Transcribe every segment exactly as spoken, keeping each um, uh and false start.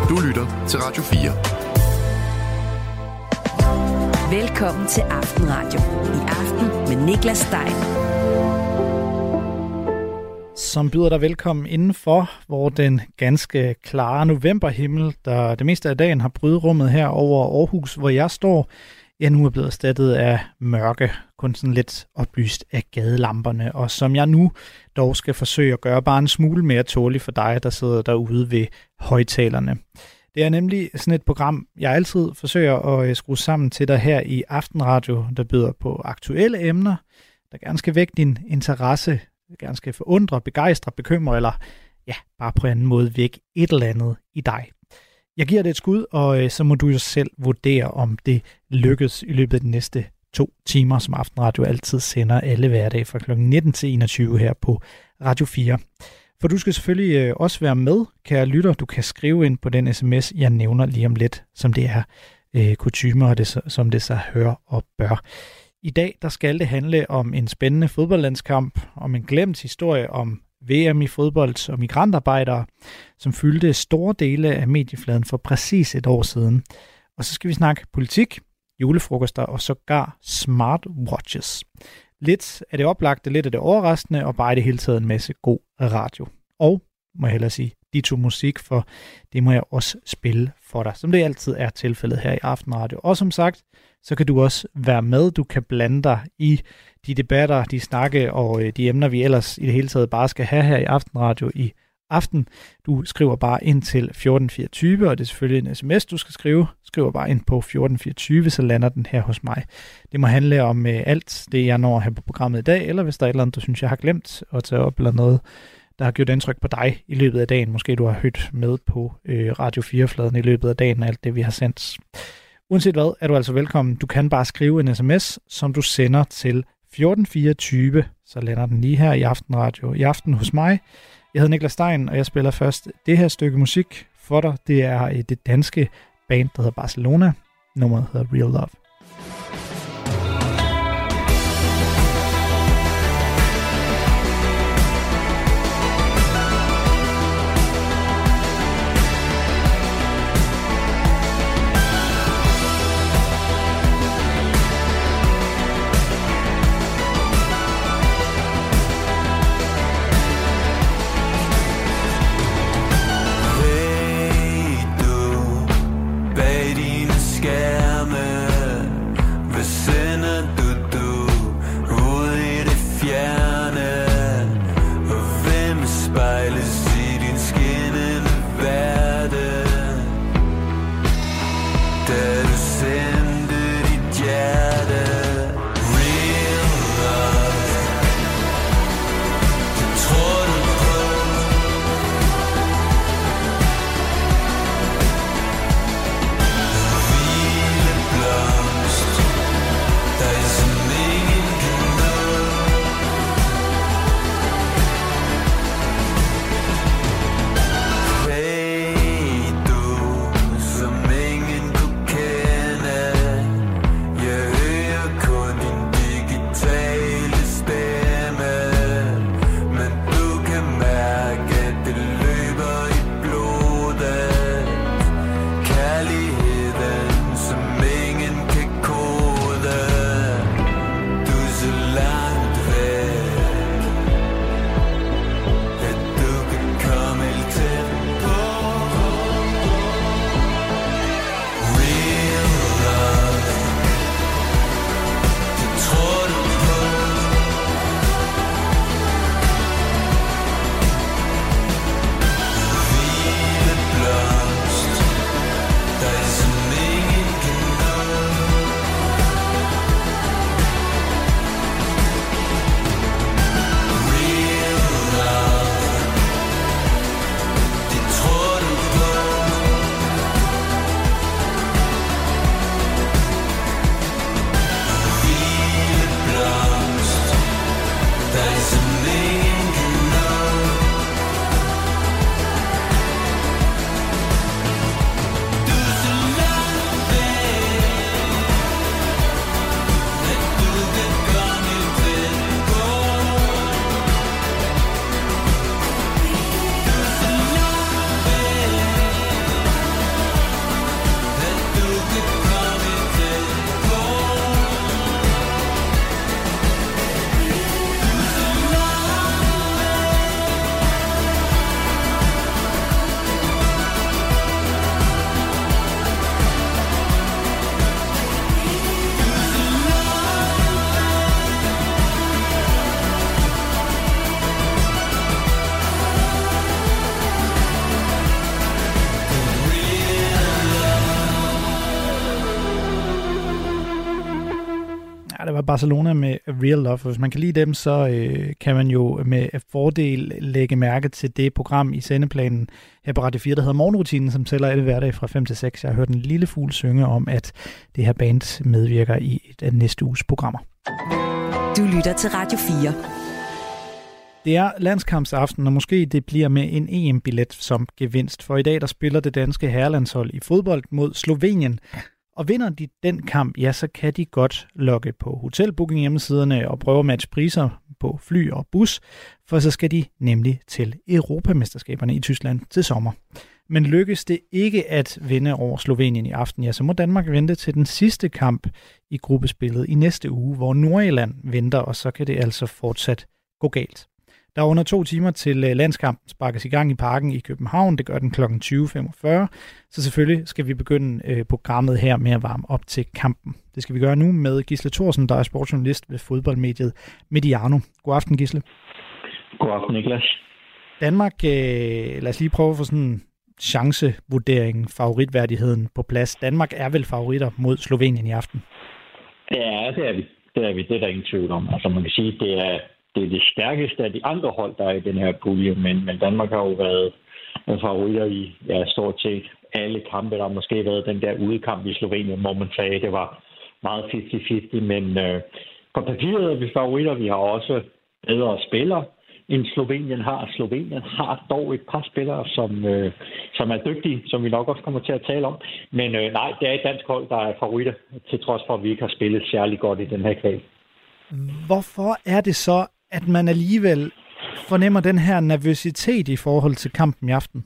Du lytter til Radio fire. Velkommen til Aftenradio. I aften med Niklas Stein. Som byder dig velkommen indenfor, hvor den ganske klare novemberhimmel, der det meste af dagen har brydet rummet her over Aarhus, hvor jeg står, ja, nu er blevet erstattet af mørke, kun sådan lidt oplyst af gadelamperne, og som jeg nu dog skal forsøge at gøre bare en smule mere tålig for dig, der sidder derude ved højtalerne. Det er nemlig sådan et program, jeg altid forsøger at skrue sammen til dig her i Aftenradio, der byder på aktuelle emner, der gerne skal vække din interesse, gerne skal forundre, begejstre, bekymre, eller ja, bare på en anden måde vække et eller andet i dig. Jeg giver det et skud, og øh, så må du jo selv vurdere, om det lykkes i løbet af de næste to timer, som Aftenradio altid sender alle hverdage fra klokken nitten til enogtyve her på Radio fire. For du skal selvfølgelig øh, også være med, kære lytter. Du kan skrive ind på den sms, jeg nævner lige om lidt, som det er øh, kutymer, og det, som det så hører og bør. I dag der skal det handle om en spændende fodboldlandskamp, om en glemt historie om V M i fodbold og migrantarbejdere, som fyldte store dele af mediefladen for præcis et år siden. Og så skal vi snakke politik, julefrokoster og sågar smartwatches. Lidt af det oplagte, lidt af det overraskende, og bare i det hele taget en masse god radio. Og, må jeg hellere sige, ditto musik, for det må jeg også spille for dig, som det altid er tilfældet her i Aftenradio. Og som sagt, så kan du også være med. Du kan blande dig i de debatter, de snakke og de emner, vi ellers i det hele taget bare skal have her i Aftenradio i aften. Du skriver bare ind til fjorten fireogtyve, og det er selvfølgelig en sms, du skal skrive. Skriver bare ind på fjorten fireogtyve, så lander den her hos mig. Det må handle om uh, alt det, jeg når at have på programmet i dag, eller hvis der er et eller andet, du synes, jeg har glemt at tage op, eller noget, der har gjort indtryk på dig i løbet af dagen. Måske du har hørt med på øh, Radio fire-fladen i løbet af dagen, alt det, vi har sendt. Uanset hvad, er du altså velkommen. Du kan bare skrive en sms, som du sender til fjorten fireogtyve, så lander den lige her i Aftenradio i aften hos mig. Jeg hedder Niklas Stein, og jeg spiller først det her stykke musik for dig. Det er det danske band, der hedder Barcelona. Nummeret hedder Real Love. er Barcelona med Real Love. Hvis man kan lide dem, så øh, kan man jo med fordel lægge mærke til det program i sendeplanen her på Radio fire, der hedder Morgenrutinen, som tæller alle hverdage fra fem til seks. Jeg har hørt en lille fugl synge om, at det her band medvirker i et af næste uges programmer. Du lytter til Radio fire. Det er landskampsaften, og måske det bliver med en E M-billet som gevinst. For i dag der spiller det danske herrelandshold i fodbold mod Slovenien. Og vinder de den kamp, ja, så kan de godt logge på hotelbooking hjemmesiderne og prøve at matche priser på fly og bus, for så skal de nemlig til Europamesterskaberne i Tyskland til sommer. Men lykkes det ikke at vinde over Slovenien i aften, ja, så må Danmark vente til den sidste kamp i gruppespillet i næste uge, hvor Nordirland venter, og så kan det altså fortsat gå galt. Der er under to timer til landskampen sparkes i gang i Parken i København. Det gør den klokken tyve femogfyrre. Så selvfølgelig skal vi begynde øh, programmet her med at varme op til kampen. Det skal vi gøre nu med Gisle Thorsen, der er sportsjournalist ved fodboldmediet Mediano. God aften, Gisle. God aften, Niklas. Danmark, øh, lad os lige prøve at få sådan en chancevurdering, favoritværdigheden på plads. Danmark er vel favoritter mod Slovenien i aften? Ja, det er vi. Det er vi. Det er der ingen tvivl om. Altså man kan sige, det er Det er det stærkeste af de andre hold, der er i den her pulje, men, men Danmark har jo været favoritter i ja, stort set alle kampe. Der har måske været den der udekamp i Slovenien, hvor man sagde, at det var meget halvtreds halvtreds, men øh, på papiret er vi favoritter. Vi har også bedre spillere, end Slovenien har. Slovenien har dog et par spillere, som, øh, som er dygtige, som vi nok også kommer til at tale om. Men øh, nej, det er et dansk hold, der er favoritter, til trods for, at vi ikke har spillet særlig godt i den her kval. Hvorfor er det så, at man alligevel fornemmer den her nervøsitet i forhold til kampen i aften?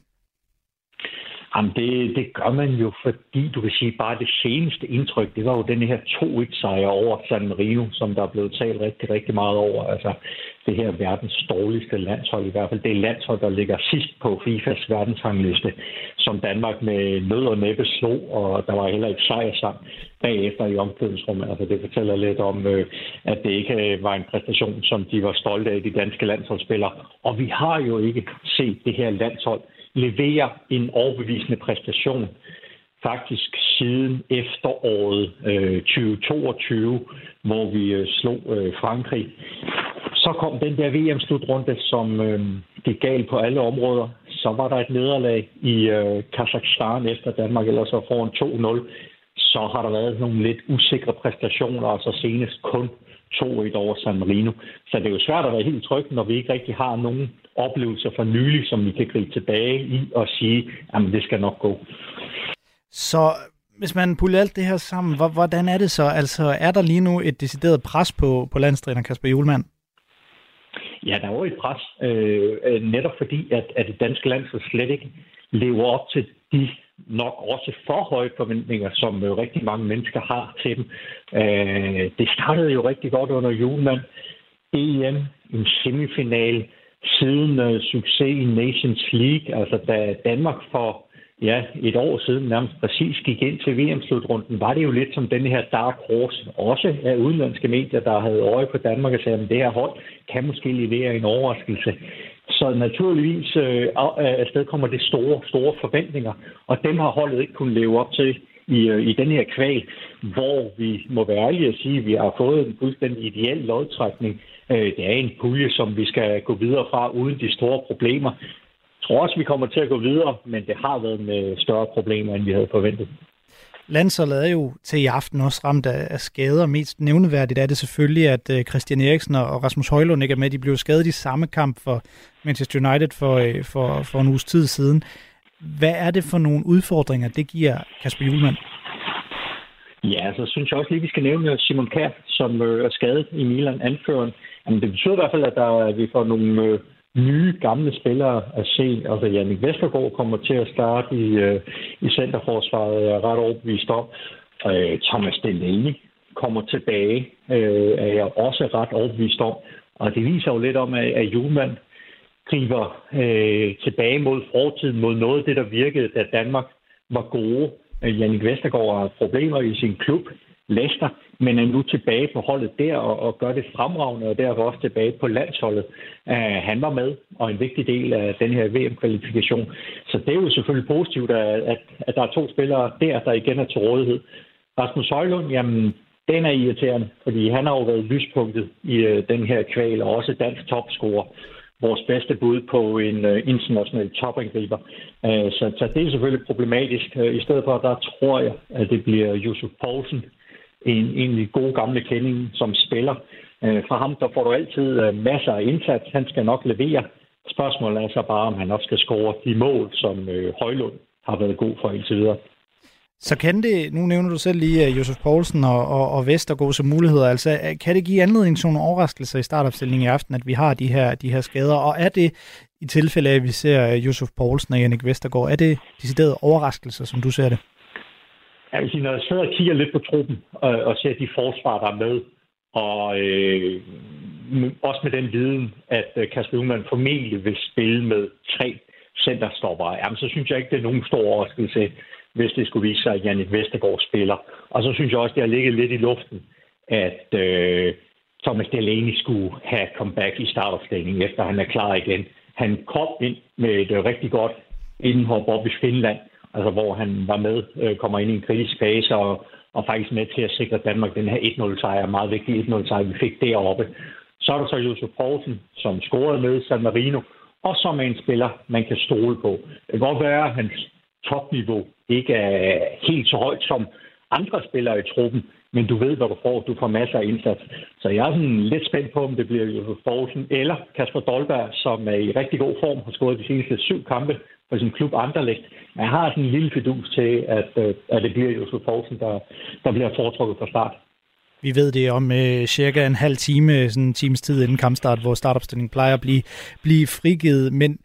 Jamen det, det gør man jo, fordi du kan sige, bare det seneste indtryk, det var jo den her to et sejr over San Marino, som der er blevet talt rigtig, rigtig meget over. Altså det her verdens dårligste landshold, i hvert fald det landshold, der ligger sidst på FIFAs verdensrangliste, som Danmark med nød og næppe slog, og der var heller ikke sejrsang bagefter i omklædningsrummet. Altså det fortæller lidt om, at det ikke var en præstation, som de var stolte af, de danske landsholdsspillere. Og vi har jo ikke set det her landshold levere en overbevisende præstation faktisk siden efteråret øh, tyve toogtyve, hvor vi øh, slog øh, Frankrig. Så kom den der V M-slutrunde, som øh, gik galt på alle områder. Så var der et nederlag i øh, Kazakhstan efter Danmark, ellers så foran to nul. Så har der været nogle lidt usikre præstationer, og så senest kun to et over San Marino. Så det er jo svært at være helt tryg, når vi ikke rigtig har nogen oplevelser for nylig, som vi kan gribe tilbage i og sige, jamen det skal nok gå. Så hvis man puller alt det her sammen, hvordan er det så? Altså er der lige nu et decideret pres på, på landstræner Kasper Hjulmand? Ja, der er jo et pres, øh, netop fordi, at, at det danske landshold slet ikke lever op til de nok også for høje forventninger, som øh, rigtig mange mennesker har til dem. Øh, det startede jo rigtig godt under Hjulmand. E M, en semifinal, siden øh, succes i Nations League, altså da Danmark for ja, et år siden nærmest præcis gik ind til V M-slutrunden, var det jo lidt som den her dark horse, også af udenlandske medier, der havde øje på Danmark og sagde, at det her hold kan måske levere en overraskelse. Så naturligvis øh, afsted kommer det store, store forventninger, og dem har holdet ikke kunnet leve op til i, øh, i den her kval, hvor vi må være ærlige at sige, at vi har fået en fuldstændig ideel lodtrækning. Øh, det er en pulje, som vi skal gå videre fra uden de store problemer. Jeg tror også, vi kommer til at gå videre, men det har været med større problemer, end vi havde forventet. Landsholdet er jo til i aften også ramt af skader. Mest nævneværdigt er det selvfølgelig, at Christian Eriksen og Rasmus Højlund ikke er med. De blev skadet i samme kamp for Manchester United for, for, for en uges tid siden. Hvad er det for nogle udfordringer, det giver Kasper Hjulmand? Ja, så synes jeg også lige, vi skal nævne Simon Kjær, som er skadet i Milan, anføreren. Jamen, det betyder i hvert fald, at, der, at vi får nogle nye, gamle spillere at se. Altså, Jannik Vestergaard kommer til at starte i, uh, i centerforsvaret, jeg er ret overbevist om. Uh, Thomas Delaney kommer tilbage, uh, er jeg også ret overbevist om. Og det viser jo lidt om, at, at Hjulmand griber uh, tilbage mod fortiden, mod noget af det, der virkede, da Danmark var gode. Uh, Jannik Vestergaard har problemer i sin klub, Leicester, men er nu tilbage på holdet der og, og gør det fremragende, og derfor også tilbage på landsholdet. Uh, han var med, og en vigtig del af den her V M-kvalifikation. Så det er jo selvfølgelig positivt, at, at, at der er to spillere der, der igen er til rådighed. Rasmus Højlund, jamen, den er irriterende, fordi han har jo været lyspunktet i øh, den her kval, og også dansk topscorer. Vores bedste bud på en øh, international topangriber. Øh, så, så det er selvfølgelig problematisk. I stedet for, der tror jeg, at det bliver Josef Poulsen, en egentlig god gamle kending, som spiller. Øh, fra ham, der får du altid øh, masser af indsats. Han skal nok levere. Spørgsmålet er så bare, om han også skal score de mål, som øh, Højlund har været god for indtil videre. Så kan det, nu nævner du selv lige Josef Poulsen og, og, og Vestergaard som muligheder, altså kan det give anledning til nogle overraskelser i startopstillingen i aften, at vi har de her, de her skader, og er det i tilfælde af, at vi ser Josef Poulsen og Jannik Vestergaard, er det deciderede overraskelser, som du ser det? Jeg vil sige, når jeg sidder og kigger lidt på truppen og, og ser de forsvar, der er med, og øh, også med den viden, at øh, Kasper Hjulmand formentlig vil spille med tre centerstoppere, jamen så synes jeg ikke, det er nogen stor overraskelse, hvis det skulle vise sig, at Jannik Vestergaard spiller. Og så synes jeg også, det har ligget lidt i luften, at øh, Thomas Delaney skulle have comeback i startopstillingen, efter han er klar igen. Han kom ind med et øh, rigtig godt indhop op i Finland, altså hvor han var med, øh, kommer ind i en kritisk fase, og, og faktisk med til at sikre Danmark den her et nul sejr, meget vigtig et nul sejr, vi fik deroppe. Så er der så Josef Poulsen, som scorede med San Marino, og som er en spiller, man kan stole på. Det kan godt være, at hans topniveau ikke er helt så højt som andre spillere i truppen, men du ved, hvad du får. Du får masser af indsats. Så jeg er sådan lidt spændt på, om det bliver Josef Poulsen eller Kasper Dolberg, som er i rigtig god form, har scoret de seneste syv kampe for sin klub Anderlecht. Men jeg har sådan en lille fidus til, at, at det bliver Josef Poulsen, der, der bliver foretrukket fra start. Vi ved det om øh, cirka en halv time, sådan en times tid inden kampstart, hvor startopstillingen plejer at blive, blive frigivet. Men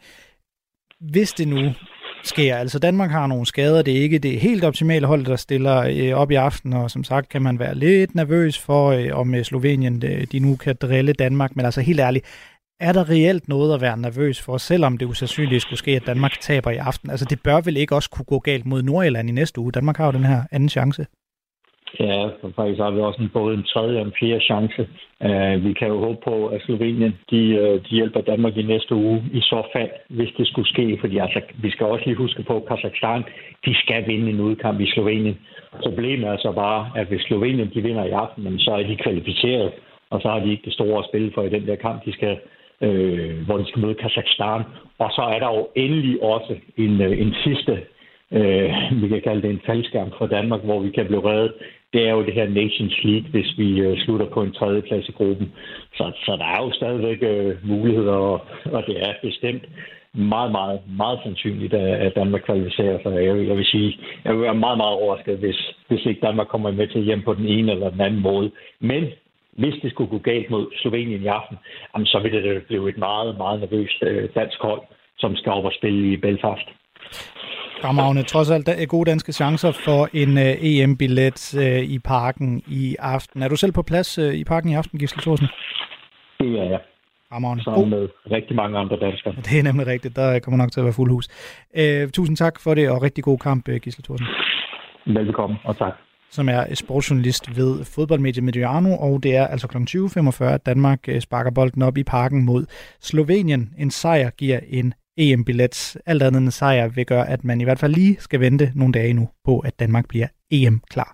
hvis det nu sker, altså Danmark har nogle skader, det er ikke det helt optimale hold, der stiller øh, op i aften, og som sagt kan man være lidt nervøs for, øh, om Slovenien de, de nu kan drille Danmark, men altså helt ærligt, er der reelt noget at være nervøs for, selvom det usandsynligt skulle ske, at Danmark taber i aften? Altså det bør vel ikke også kunne gå galt mod Nordirland i næste uge? Danmark har jo den her anden chance. Ja, for faktisk har vi også en, både en tredje og en fjerde chance. Uh, vi kan jo håbe på, at Slovenien de, uh, de hjælper Danmark i næste uge, i så fald, hvis det skulle ske. Fordi altså, vi skal også lige huske på, at Kazakhstan, de skal vinde en udkamp i Slovenien. Problemet er så bare, at hvis Slovenien de vinder i aften, så er de kvalificeret, og så har de ikke det store at spille for i den der kamp, de skal, øh, hvor de skal møde Kazakhstan. Og så er der jo endelig også en, en sidste, øh, vi kan kalde det en faldskærm for Danmark, hvor vi kan blive reddet. Det er jo det her Nations League, hvis vi øh, slutter på en tredje plads i gruppen. Så, så der er jo stadigvæk øh, muligheder, og, og det er bestemt meget, meget, meget sandsynligt, at Danmark kvalificerer sig. Jeg vil, jeg vil sige, jeg vil være meget, meget overrasket, hvis, hvis ikke Danmark kommer med til hjem på den ene eller den anden måde. Men hvis det skulle gå galt mod Slovenien i aften, jamen, så vil det blive et meget, meget nervøst øh, dansk hold, som skal op og spille i Belfast. Fremragende. Trods alt er gode danske chancer for en uh, E M-billet uh, i Parken i aften. Er du selv på plads uh, i Parken i aften, Gisle Thorsen? Det er jeg. Fremragende. Sammen med rigtig mange andre danskere. Det er nemlig rigtigt. Der kommer nok til at være fuld hus. Uh, tusind tak for det, og rigtig god kamp, uh, Gisle Thorsen. Velbekomme, og tak. Som er sportsjournalist ved fodboldmediet Mediano, og det er altså klokken tyve femogfyrre, at Danmark uh, sparker bolden op i Parken mod Slovenien. En sejr giver en E M-billet. Alt andet end sejr vil gøre, at man i hvert fald lige skal vente nogle dage nu på, at Danmark bliver E M-klar.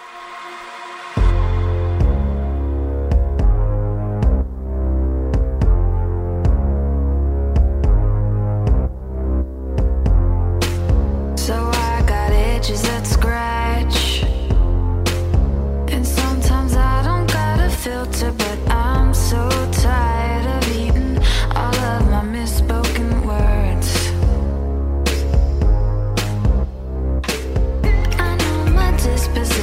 So I got edges that scratch, and sometimes I don't got a filter, but I'm so tired of eating all of my misspoken words. I know my disposition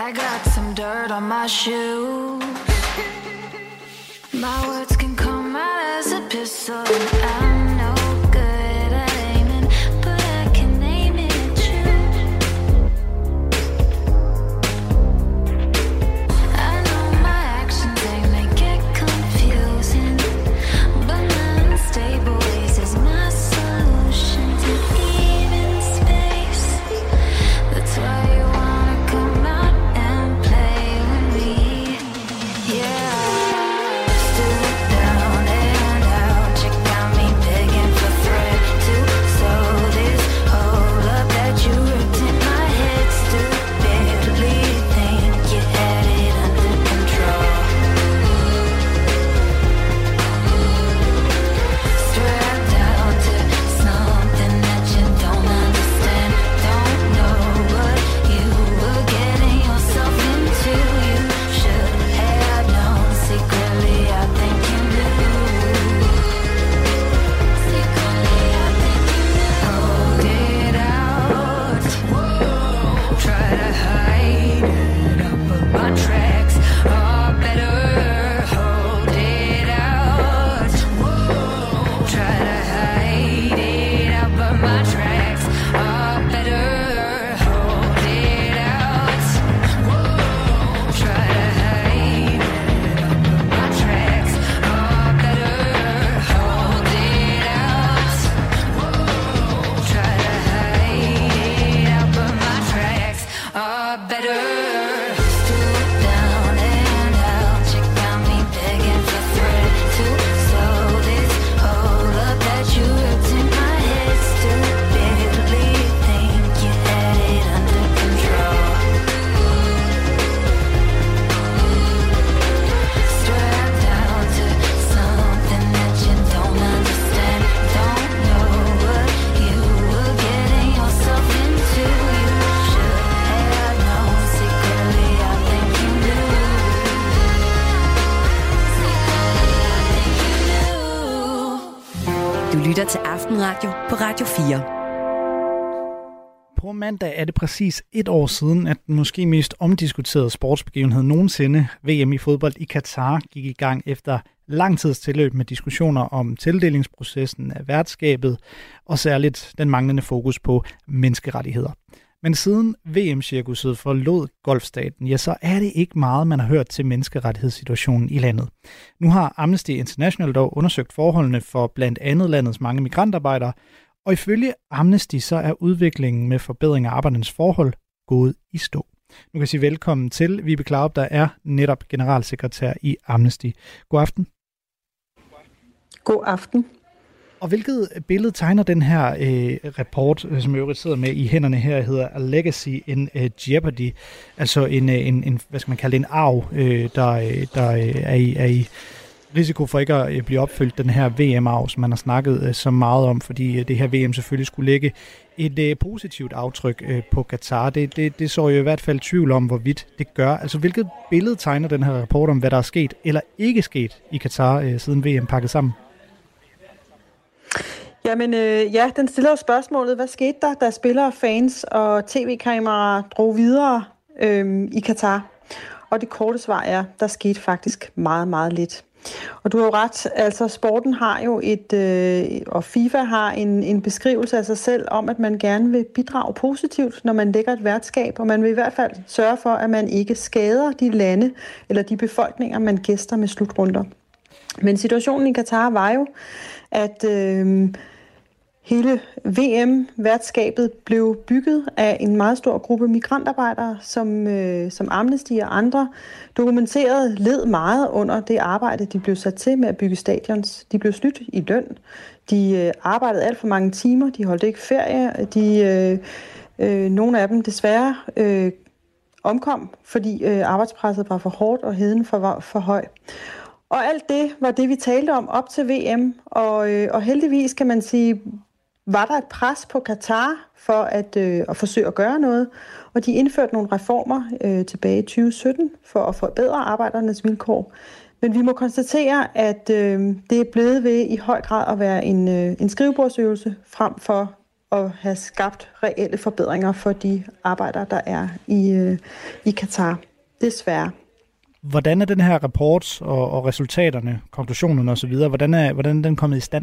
I got some dirt on my shoe. My words can come out as a pistol. I'm no good at aiming, but I can aim it true. I know my actions, they may get confusing, but my unstable ways is my solution to even space. That's why you wanna come out and play with me. Yeah. lytter til Aftenradio på Radio fire. På mandag er det præcis et år siden, at den måske mest omdiskuterede sportsbegivenhed nogensinde, V M i fodbold i Katar, gik i gang efter lang tids tilløb med diskussioner om tildelingsprocessen af værtskabet, og særligt den manglende fokus på menneskerettigheder. Men siden V M-cirkuset forlod golfstaten, ja, så er det ikke meget, man har hørt til menneskerettighedssituationen i landet. Nu har Amnesty International dog undersøgt forholdene for blandt andet landets mange migrantarbejdere, og ifølge Amnesty så er udviklingen med forbedring af arbejdernes forhold gået i stå. Nu kan jeg sige velkommen til Vibe Klarup, der er netop generalsekretær i Amnesty. God aften. God aften. Og hvilket billede tegner den her øh, rapport, som jeg øvrigt sidder med i hænderne her, hedder A Legacy in uh, Jeopardy, altså en, en, en, hvad skal man kalde det, en arv, øh, der, der er, i, er i risiko for ikke at blive opfyldt, den her V M-arv, som man har snakket øh, så meget om, fordi det her V M selvfølgelig skulle lægge et øh, positivt aftryk øh, på Katar. Det, det, det så jo i hvert fald tvivl om, hvorvidt det gør. Altså hvilket billede tegner den her rapport om, hvad der er sket eller ikke sket i Katar, øh, siden V M pakket sammen? Jamen øh, ja, den stiller jo spørgsmålet, hvad skete der, da spillere, fans og tv-kameraer drog videre øh, i Katar? Og det korte svar er, der skete faktisk meget, meget lidt. Og du har jo ret, altså sporten har jo et, øh, og FIFA har en, en beskrivelse af sig selv om, at man gerne vil bidrage positivt, når man lægger et værtskab, og man vil i hvert fald sørge for, at man ikke skader de lande eller de befolkninger, man gæster med slutrunder. Men situationen i Katar var jo, at øh, hele V M-værtskabet blev bygget af en meget stor gruppe migrantarbejdere, som, øh, som Amnesty og andre dokumenteret led meget under det arbejde, de blev sat til med at bygge stadions. De blev snydt i løn. De øh, arbejdede alt for mange timer. De holdt ikke ferie. De, øh, øh, nogle af dem desværre øh, omkom, fordi øh, arbejdspresset var for hårdt og heden for, for høj. Og alt det var det, vi talte om op til V M, og, øh, og heldigvis kan man sige, var der et pres på Katar for at, øh, at forsøge at gøre noget, og de indførte nogle reformer øh, tilbage i tyve sytten for at forbedre arbejdernes vilkår. Men vi må konstatere, at øh, det er blevet ved i høj grad at være en, øh, en skrivebordsøvelse frem for at have skabt reelle forbedringer for de arbejdere, der er i, øh, i Katar. Desværre. Hvordan er den her rapport og, og resultaterne, konklusionerne osv., hvordan er, hvordan er den kommet i stand?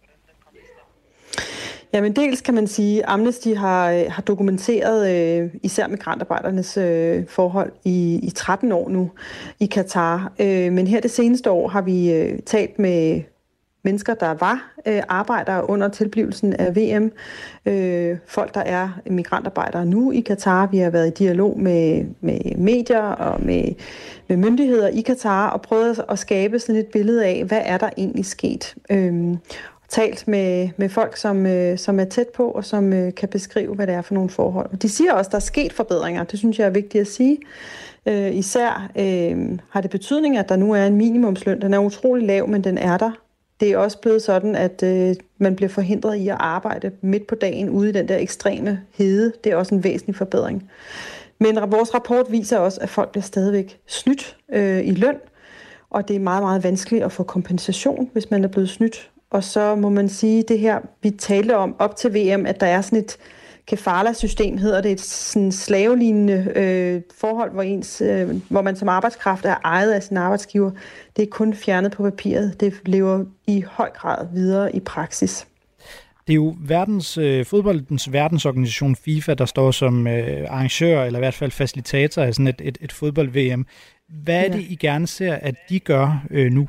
Jamen dels kan man sige, at Amnesty har, har dokumenteret øh, især migrantarbejdernes øh, forhold i, i tretten år nu i Katar. Øh, men her det seneste år har vi øh, talt med mennesker, der var øh, arbejdere under tilblivelsen af V M. Øh, folk, der er migrantarbejdere nu i Katar. Vi har været i dialog med, med medier og med, med myndigheder i Katar og prøvet at skabe sådan et billede af, hvad er der egentlig sket. Øh, talt med, med folk, som, øh, som er tæt på, og som øh, kan beskrive, hvad det er for nogle forhold. Og de siger også, at der er sket forbedringer. Det synes jeg er vigtigt at sige. Øh, især øh, har det betydning, at der nu er en minimumsløn. Den er utrolig lav, men den er der. Det er også blevet sådan, at øh, man bliver forhindret i at arbejde midt på dagen ude i den der ekstreme hede. Det er også en væsentlig forbedring. Men vores rapport viser også, at folk bliver stadigvæk snydt øh, i løn, og det er meget, meget vanskeligt at få kompensation, hvis man er blevet snydt. Og så må man sige, det her, vi talte om op til V M, at der er sådan et kafala-system, hedder det, et sådan slavelignende øh, forhold, hvor, ens, øh, hvor man som arbejdskraft er ejet af sin arbejdsgiver. Det er kun fjernet på papiret. Det lever i høj grad videre i praksis. Det er jo verdens, øh, fodboldens verdensorganisation FIFA, der står som øh, arrangør, eller i hvert fald facilitator af sådan et, et, et fodbold-V M. Hvad er ja. det, I gerne ser, at de gør øh, nu?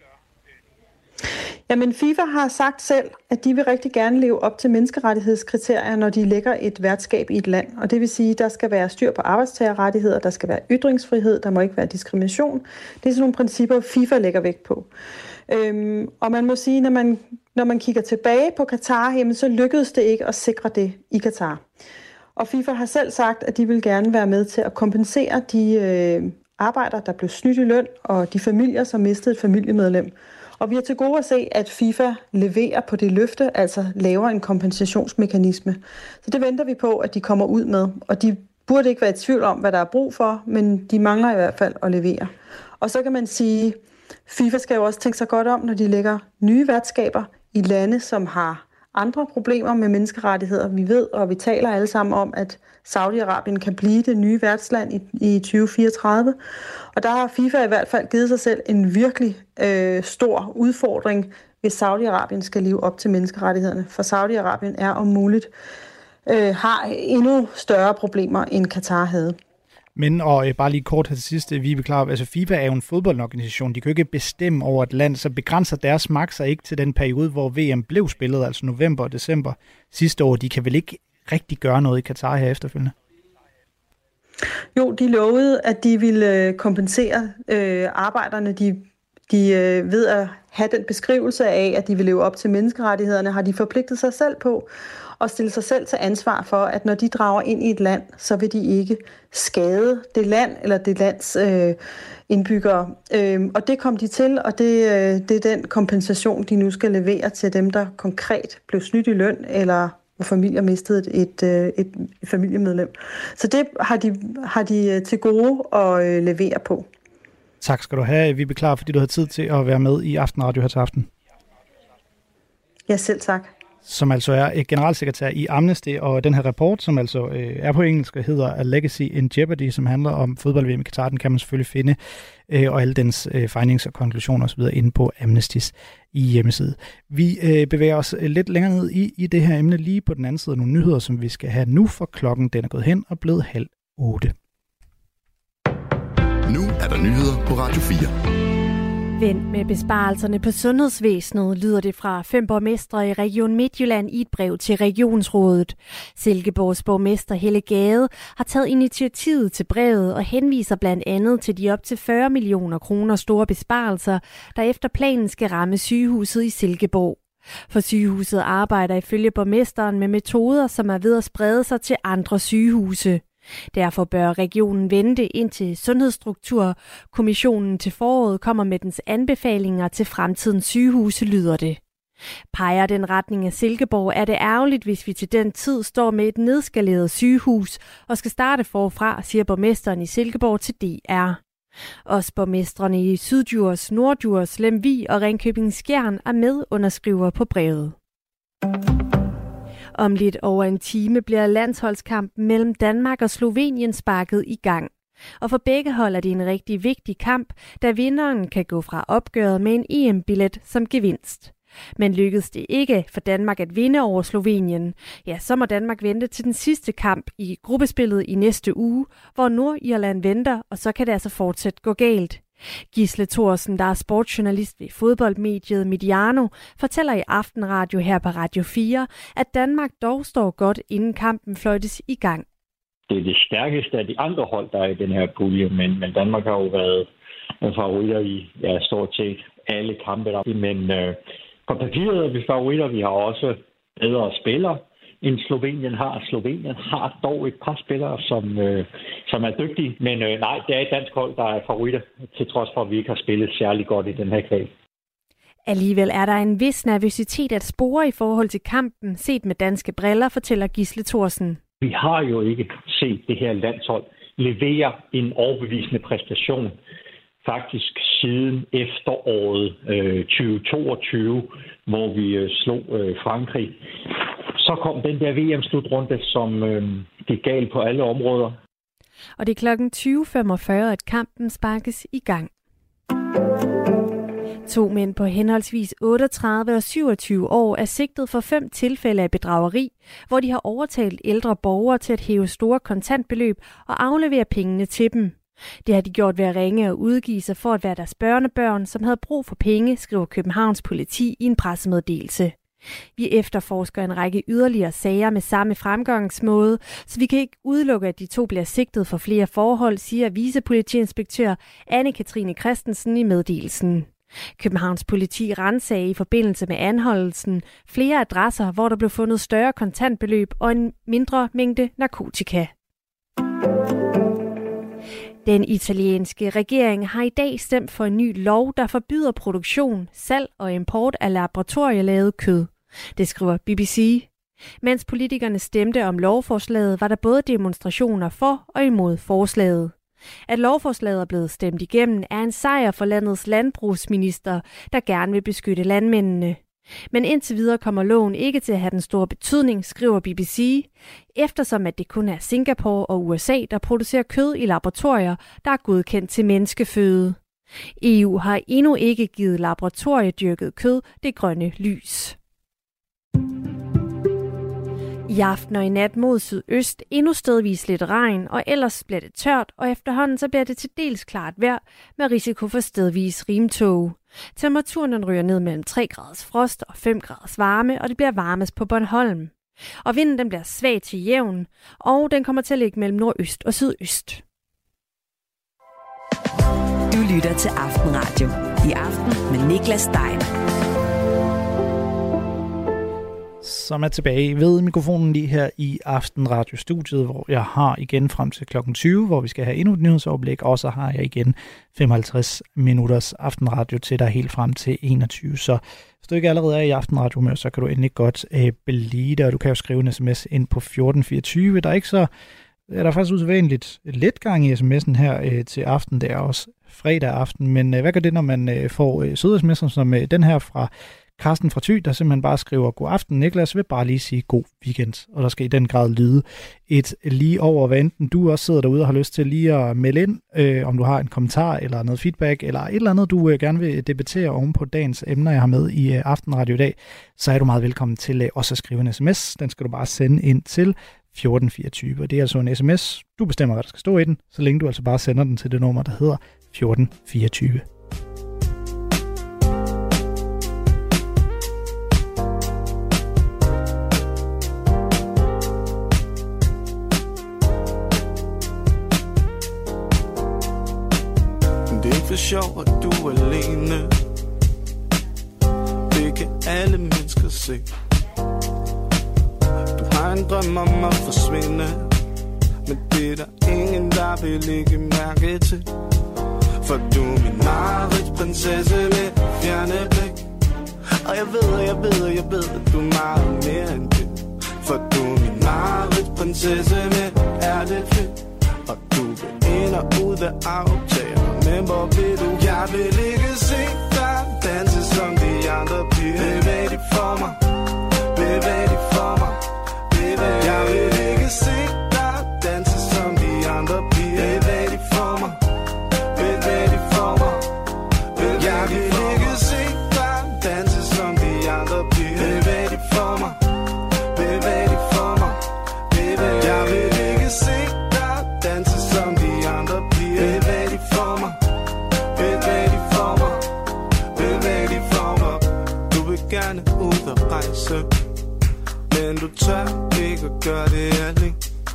Jamen, FIFA har sagt selv, at de vil rigtig gerne leve op til menneskerettighedskriterier, når de lægger et værtskab i et land. Og det vil sige, at der skal være styr på arbejdstagerrettigheder, der skal være ytringsfrihed, der må ikke være diskrimination. Det er sådan nogle principper, FIFA lægger vægt på. Øhm, og man må sige, når man, når man kigger tilbage på Katar, jamen, så lykkedes det ikke at sikre det i Katar. Og FIFA har selv sagt, at de vil gerne være med til at kompensere de øh, arbejdere, der blev snydt i løn, og de familier, som mistede et familiemedlem. Og vi har til gode at se, at FIFA leverer på det løfte, altså laver en kompensationsmekanisme. Så det venter vi på, at de kommer ud med. Og de burde ikke være i tvivl om, hvad der er brug for, men de mangler i hvert fald at levere. Og så kan man sige, FIFA skal jo også tænke sig godt om, når de lægger nye værtskaber i lande, som har andre problemer med menneskerettigheder. Vi ved, og vi taler alle sammen om, at Saudi-Arabien kan blive det nye værtsland i, i tyve fireogtredive. Og der har FIFA i hvert fald givet sig selv en virkelig øh, stor udfordring, hvis Saudi-Arabien skal leve op til menneskerettighederne. For Saudi-Arabien er om muligt øh, har endnu større problemer, end Katar havde. Men, og øh, bare lige kort her til sidst, vi er klar, altså FIFA er jo en fodboldorganisation, de kan jo ikke bestemme over et land, så begrænser deres magt sig ikke til den periode, hvor V M blev spillet, altså november og december sidste år. De kan vel ikke rigtig gøre noget i Katar her efterfølgende? Jo, de lovede, at de ville kompensere øh, arbejderne, de, de øh, ved at have den beskrivelse af, at de vil leve op til menneskerettighederne, har de forpligtet sig selv på og stille sig selv til ansvar for, at når de drager ind i et land, så vil de ikke skade det land eller det lands øh, indbyggere. Øh, og det kom de til, og det, øh, det er den kompensation, de nu skal levere til dem, der konkret blev snydt i løn, eller hvor familier mistede et, et, et, et familiemedlem. Så det har de, har de til gode at øh, levere på. Tak skal du have, Vibe Klarup, fordi du havde tid til at være med i Aftenradio her til aften. Ja, selv tak. Som altså er generalsekretær i Amnesty, og den her rapport, som altså øh, er på engelsk, hedder A Legacy in Jeopardy, som handler om fodbold-V M i Katar, den kan man selvfølgelig finde, øh, og alle dens øh, findings og konklusioner osv. inde på Amnestys i hjemmeside. Vi øh, bevæger os lidt længere ned i, i det her emne, lige på den anden side af nogle nyheder, som vi skal have nu, for klokken den er gået hen og blevet halv otte. Nu er der nyheder på Radio fire. Vent med besparelserne på sundhedsvæsenet, lyder det fra fem borgmestre i Region Midtjylland i et brev til Regionsrådet. Silkeborgs borgmester Helle Gade har taget initiativet til brevet og henviser blandt andet til de op til fyrre millioner kroner store besparelser, der efter planen skal ramme sygehuset i Silkeborg. For sygehuset arbejder ifølge borgmesteren med metoder, som er ved at sprede sig til andre sygehuse. Derfor bør regionen vente indtil Sundhedsstrukturkommissionen til foråret kommer med dens anbefalinger til fremtidens sygehuse, lyder det. Peger den retning af Silkeborg, er det ærgerligt, hvis vi til den tid står med et nedskaleret sygehus og skal starte forfra, siger borgmesteren i Silkeborg til D R. Også borgmestrene i Syddjurs, Norddjurs, Lemvig og Ringkøbing Skjern er med underskriver på brevet. Om lidt over en time bliver landsholdskampen mellem Danmark og Slovenien sparket i gang. Og for begge hold er det en rigtig vigtig kamp, da vinderen kan gå fra opgøret med en E M-billet som gevinst. Men lykkedes det ikke for Danmark at vinde over Slovenien, ja, så må Danmark vente til den sidste kamp i gruppespillet i næste uge, hvor Nordirland venter, og så kan det altså fortsat gå galt. Gisle Thorsen, der er sportsjournalist ved fodboldmediet Mediano, fortæller i Aftenradio her på Radio fire, at Danmark dog står godt, inden kampen fløjtes i gang. Det er det stærkeste af de andre hold, der er i den her pulje, men, men Danmark har jo været favoritter i ja, stort set alle kampe. Der. Men øh, på papiret er vi favoritter. Vi har også bedre spillere, end Slovenien har. Slovenien har dog et par spillere, som, øh, som er dygtige. Men øh, nej, det er et dansk hold, der er favoritter, til trods for, at vi ikke har spillet særlig godt i den her kval. Alligevel er der en vis nervøsitet at spore i forhold til kampen, set med danske briller, fortæller Gisle Thorsen. Vi har jo ikke set det her landshold levere en overbevisende præstation, faktisk siden efteråret øh, tyve toogtyve, hvor vi øh, slog øh, Frankrig. Så kom den der V M-slutrunde, som øh, gik galt på alle områder. Og det er klokken tyve femogfyrre, at kampen sparkes i gang. To mænd på henholdsvis otteogtredive og syvogtyve år er sigtet for fem tilfælde af bedrageri, hvor de har overtalt ældre borgere til at hæve store kontantbeløb og aflevere pengene til dem. Det har de gjort ved at ringe og udgive sig for at være deres børnebørn, som havde brug for penge, skriver Københavns politi i en pressemeddelelse. Vi efterforsker en række yderligere sager med samme fremgangsmåde, så vi kan ikke udelukke, at de to bliver sigtet for flere forhold, siger vicepolitiinspektør Anne-Katrine Christensen i meddelelsen. Københavns politi ransagde i forbindelse med anholdelsen flere adresser, hvor der blev fundet større kontantbeløb og en mindre mængde narkotika. Den italienske regering har i dag stemt for en ny lov, der forbyder produktion, salg og import af laboratorielavet kød. Det skriver B B C. Mens politikerne stemte om lovforslaget, var der både demonstrationer for og imod forslaget. At lovforslaget er blevet stemt igennem, er en sejr for landets landbrugsminister, der gerne vil beskytte landmændene. Men indtil videre kommer loven ikke til at have den store betydning, skriver B B C, eftersom at det kun er Singapore og U S A, der producerer kød i laboratorier, der er godkendt til menneskeføde. E U har endnu ikke givet laboratoriedyrket kød det grønne lys. I aften og i nat mod sydøst endnu stedvis lidt regn, og ellers bliver det tørt, og efterhånden så bliver det til dels klart vejr med risiko for stedvis rimtåge. Temperaturen den ryger ned mellem tre graders frost og fem graders varme, og det bliver varmest på Bornholm. Og vinden den bliver svag til jævn, og den kommer til at ligge mellem nordøst og sydøst. Du lytter til Aftenradio. I aften med Niklas Stein. Som er tilbage ved mikrofonen lige her i Aftenradio-studiet, hvor jeg har igen frem til klokken tyve, hvor vi skal have endnu et nyhedsoverblik, og så har jeg igen femoghalvtreds minutters Aftenradio til dig helt frem til enogtyve. Så hvis du ikke allerede er i Aftenradio, så kan du endelig godt øh, blive det, og du kan jo skrive en sms ind på fjorten fireogtyve. Der er ikke så, er der faktisk usædvanligt lidt gang i sms'en her øh, til aften. Det er også fredag aften, men øh, hvad gør det, når man øh, får øh, søde sms'er som øh, den her fra Carsten fra Thy, der simpelthen bare skriver, god aften Niklas, vil bare lige sige god weekend. Og der skal i den grad lyde et lige over, hvad enten du også sidder derude og har lyst til lige at melde ind, øh, om du har en kommentar eller noget feedback, eller et eller andet, du øh, gerne vil debattere oven på dagens emner, jeg har med i øh, Aftenradio i dag, så er du meget velkommen til øh, også at skrive en sms. Den skal du bare sende ind til fjorten fireogtyve. Og det er altså en sms. Du bestemmer, hvad der skal stå i den, så længe du altså bare sender den til det nummer, der hedder fjorten fireogtyve. Det er sjovt, at du er alene. Det kan alle mennesker se. Du har en drøm om at forsvinde, men det er der ingen, der vil lægge mærke til. For du er min mareridtsprinsesse med fjerne blik. Og jeg ved, og jeg ved, og jeg ved, at du er meget mere end det. For du er min mareridtsprinsesse med ærlighed. Og du vil ind og ud af aftager. Men hvor vil du? Jeg vil ikke se dig danse som de andre piger. Bevæg dig for mig, bevæg dig for mig. baby. Jeg vil ikke se dig danse som de andre piger. Bevæg dig for mig, bevæg dig for mig. Jeg vil ikke se dig danse som de andre piger. Bevæg dig for mig, bevæg dig for mig. Jeg vil ikke se dig danse som de andre piger. Bevæg dig for mig, bevæg dig for mig. Bevæg dig for mig. Du vil gerne ud og rejse, men du tør ikke at gøre det alene.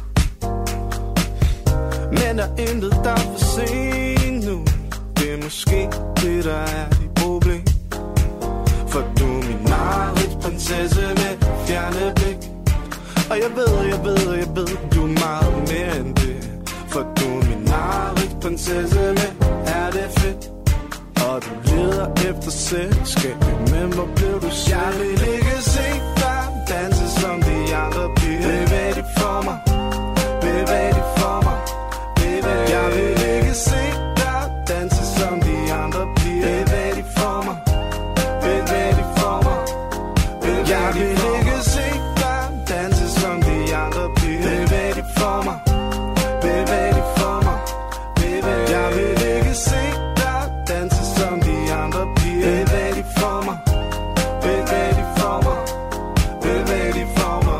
Men der er intet, der er for sent nu. Det er måske det, der er dit problem. For du er min mareridsprinsesse med fjerne blik. Og jeg ved, jeg ved, jeg ved, du er meget mere end det. For du er min mareridsprinsesse med, er det fedt? Og du leder efter selskab, men hvor blev du selv? Jeg vil ikke se dig danse som de andre piger. Bevæg dig for mig, bevæg dig for mig. Jeg vil ikke se dig danse som de andre piger. Bevæg dig for mig, bevæg dig for mig. Jeg vil ikke se dig danse som de andre piger. Bevæg dig for mig, bevæg dig for mig. Jeg vil ikke se dig danse som de andre piger. Bevæg dig for mig, bevæg dig for mig. Bevæg dig for mig.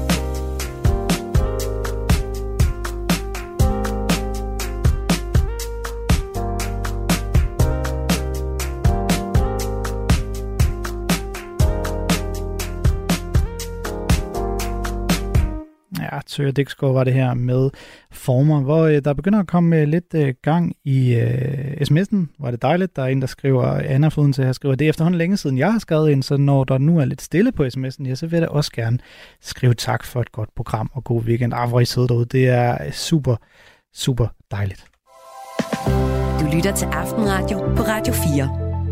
Ja, Søger Dixgaard var det her med Former, hvor øh, der begynder at komme øh, lidt øh, gang i øh, sms'en. Var det dejligt. Der er en, der skriver, Anna Foden til her skriver, det er efterhånden længe siden, jeg har skrevet ind, så når der nu er lidt stille på sms'en, ja, så vil jeg da også gerne skrive tak for et godt program og god weekend. Ah, hvor I sidder derude. Det er super, super dejligt. Du lytter til Aftenradio på Radio fire.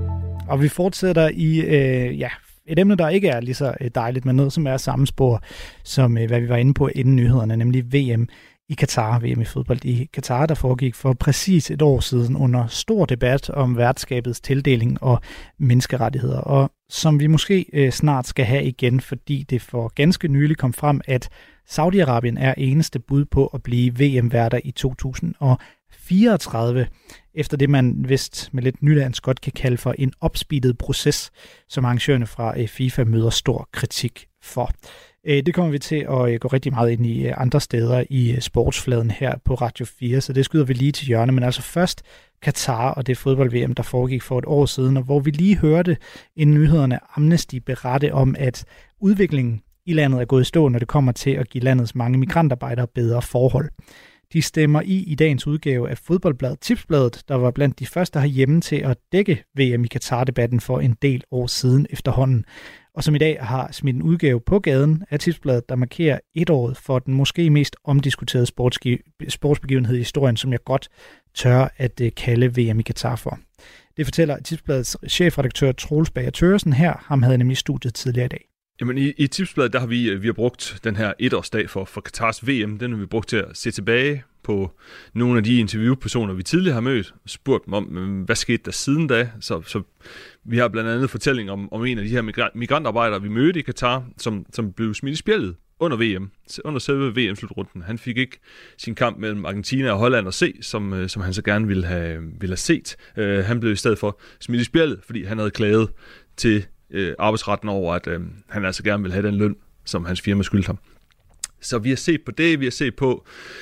Og vi fortsætter i, øh, ja, et emne, der ikke er lige så dejligt, men noget, som er samme spor, som hvad vi var inde på inden nyhederne, nemlig V M i Katar, V M i fodbold i Katar, der foregik for præcis et år siden under stor debat om værtskabets tildeling og menneskerettigheder, og som vi måske øh, snart skal have igen, fordi det for ganske nylig kom frem, at Saudi-Arabien er eneste bud på at blive V M-værter i to tusind fireogtredive, efter det man vist med lidt nydansk godt kan kalde for en opspeedet proces, som arrangørerne fra FIFA møder stor kritik for. Det kommer vi til at gå rigtig meget ind i andre steder i sportsfladen her på Radio fire, så det skyder vi lige til hjørne, men altså først Katar og det fodbold-V M, der foregik for et år siden, og hvor vi lige hørte inden nyhederne Amnesty berette om, at udviklingen i landet er gået i stå, når det kommer til at give landets mange migrantarbejdere bedre forhold. De stemmer i i dagens udgave af fodboldbladet Tipsbladet, der var blandt de første herhjemme til at dække V M i Katar-debatten for en del år siden efterhånden, og som i dag har smidt en udgave på gaden af Tipsbladet, der markerer et år for den måske mest omdiskuterede sportsbegivenhed i historien, som jeg godt tør at kalde V M i Katar for. Det fortæller Tipsbladets chefredaktør Troels Bager Thøgersen her. Ham havde nemlig studiet tidligere i dag. Jamen i, i Tipsbladet, der har vi, vi har brugt den her etårsdag for, for Katars V M. Den har vi brugt til at se tilbage på nogle af de interviewpersoner, vi tidligere har mødt, og spurgt dem om, hvad skete der siden da. Så, så vi har blandt andet fortælling om, om en af de her migrantarbejdere, vi mødte i Katar, som, som blev smidt i spjældet under V M, under selve V M-slutrunden. Han fik ikke sin kamp mellem Argentina og Holland at se, som, som han så gerne ville have, ville have set. Uh, han blev i stedet for smidt i spjældet, fordi han havde klaget til øh, arbejdsretten over, at øh, han altså gerne ville have den løn, som hans firma skyldte ham. Så vi har set på det, vi har set på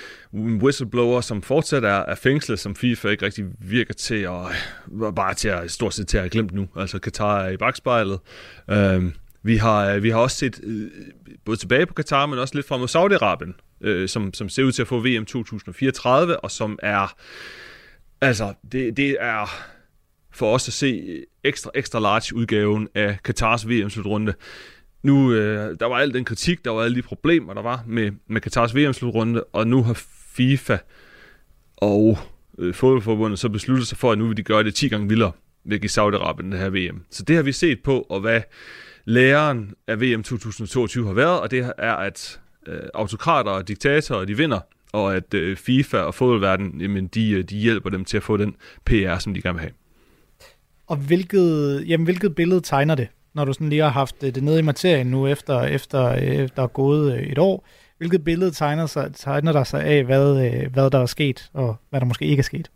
en whistleblower, som fortsat er, er fængslet, som FIFA ikke rigtig virker til at, bare til at stort set til at have glemt nu. Altså Katar er i bagspejlet. Uh, vi, har, vi har også set uh, både tilbage på Katar, men også lidt frem mod Saudi-Arabien, uh, som, som ser ud til at få V M to tusind fireogtredive, og som er, altså det, det er for os at se ekstra, ekstra large udgaven af Katars V M-slutrunde. Nu, øh, der var al den kritik, der var alle de problemer, der var med, med Katars V M-slutrunde, og nu har FIFA og øh, fodboldforbundet så besluttet sig for, at nu vil de gøre det ti gange vildere ved at give Saudi-Arabien det her V M. Så det har vi set på, og hvad læren af V M to tusind toogtyve har været, og det er, at øh, autokrater og diktatorer, de vinder, og at øh, FIFA og fodboldverdenen, jamen, de, de hjælper dem til at få den P R, som de gerne vil have. Og hvilket, jamen, hvilket billede tegner det når du sådan lige har haft det nede i materien nu, efter, efter, efter der er gået et år, hvilket billede tegner, sig, tegner der sig af, hvad, hvad der er sket, og hvad der måske ikke er sket?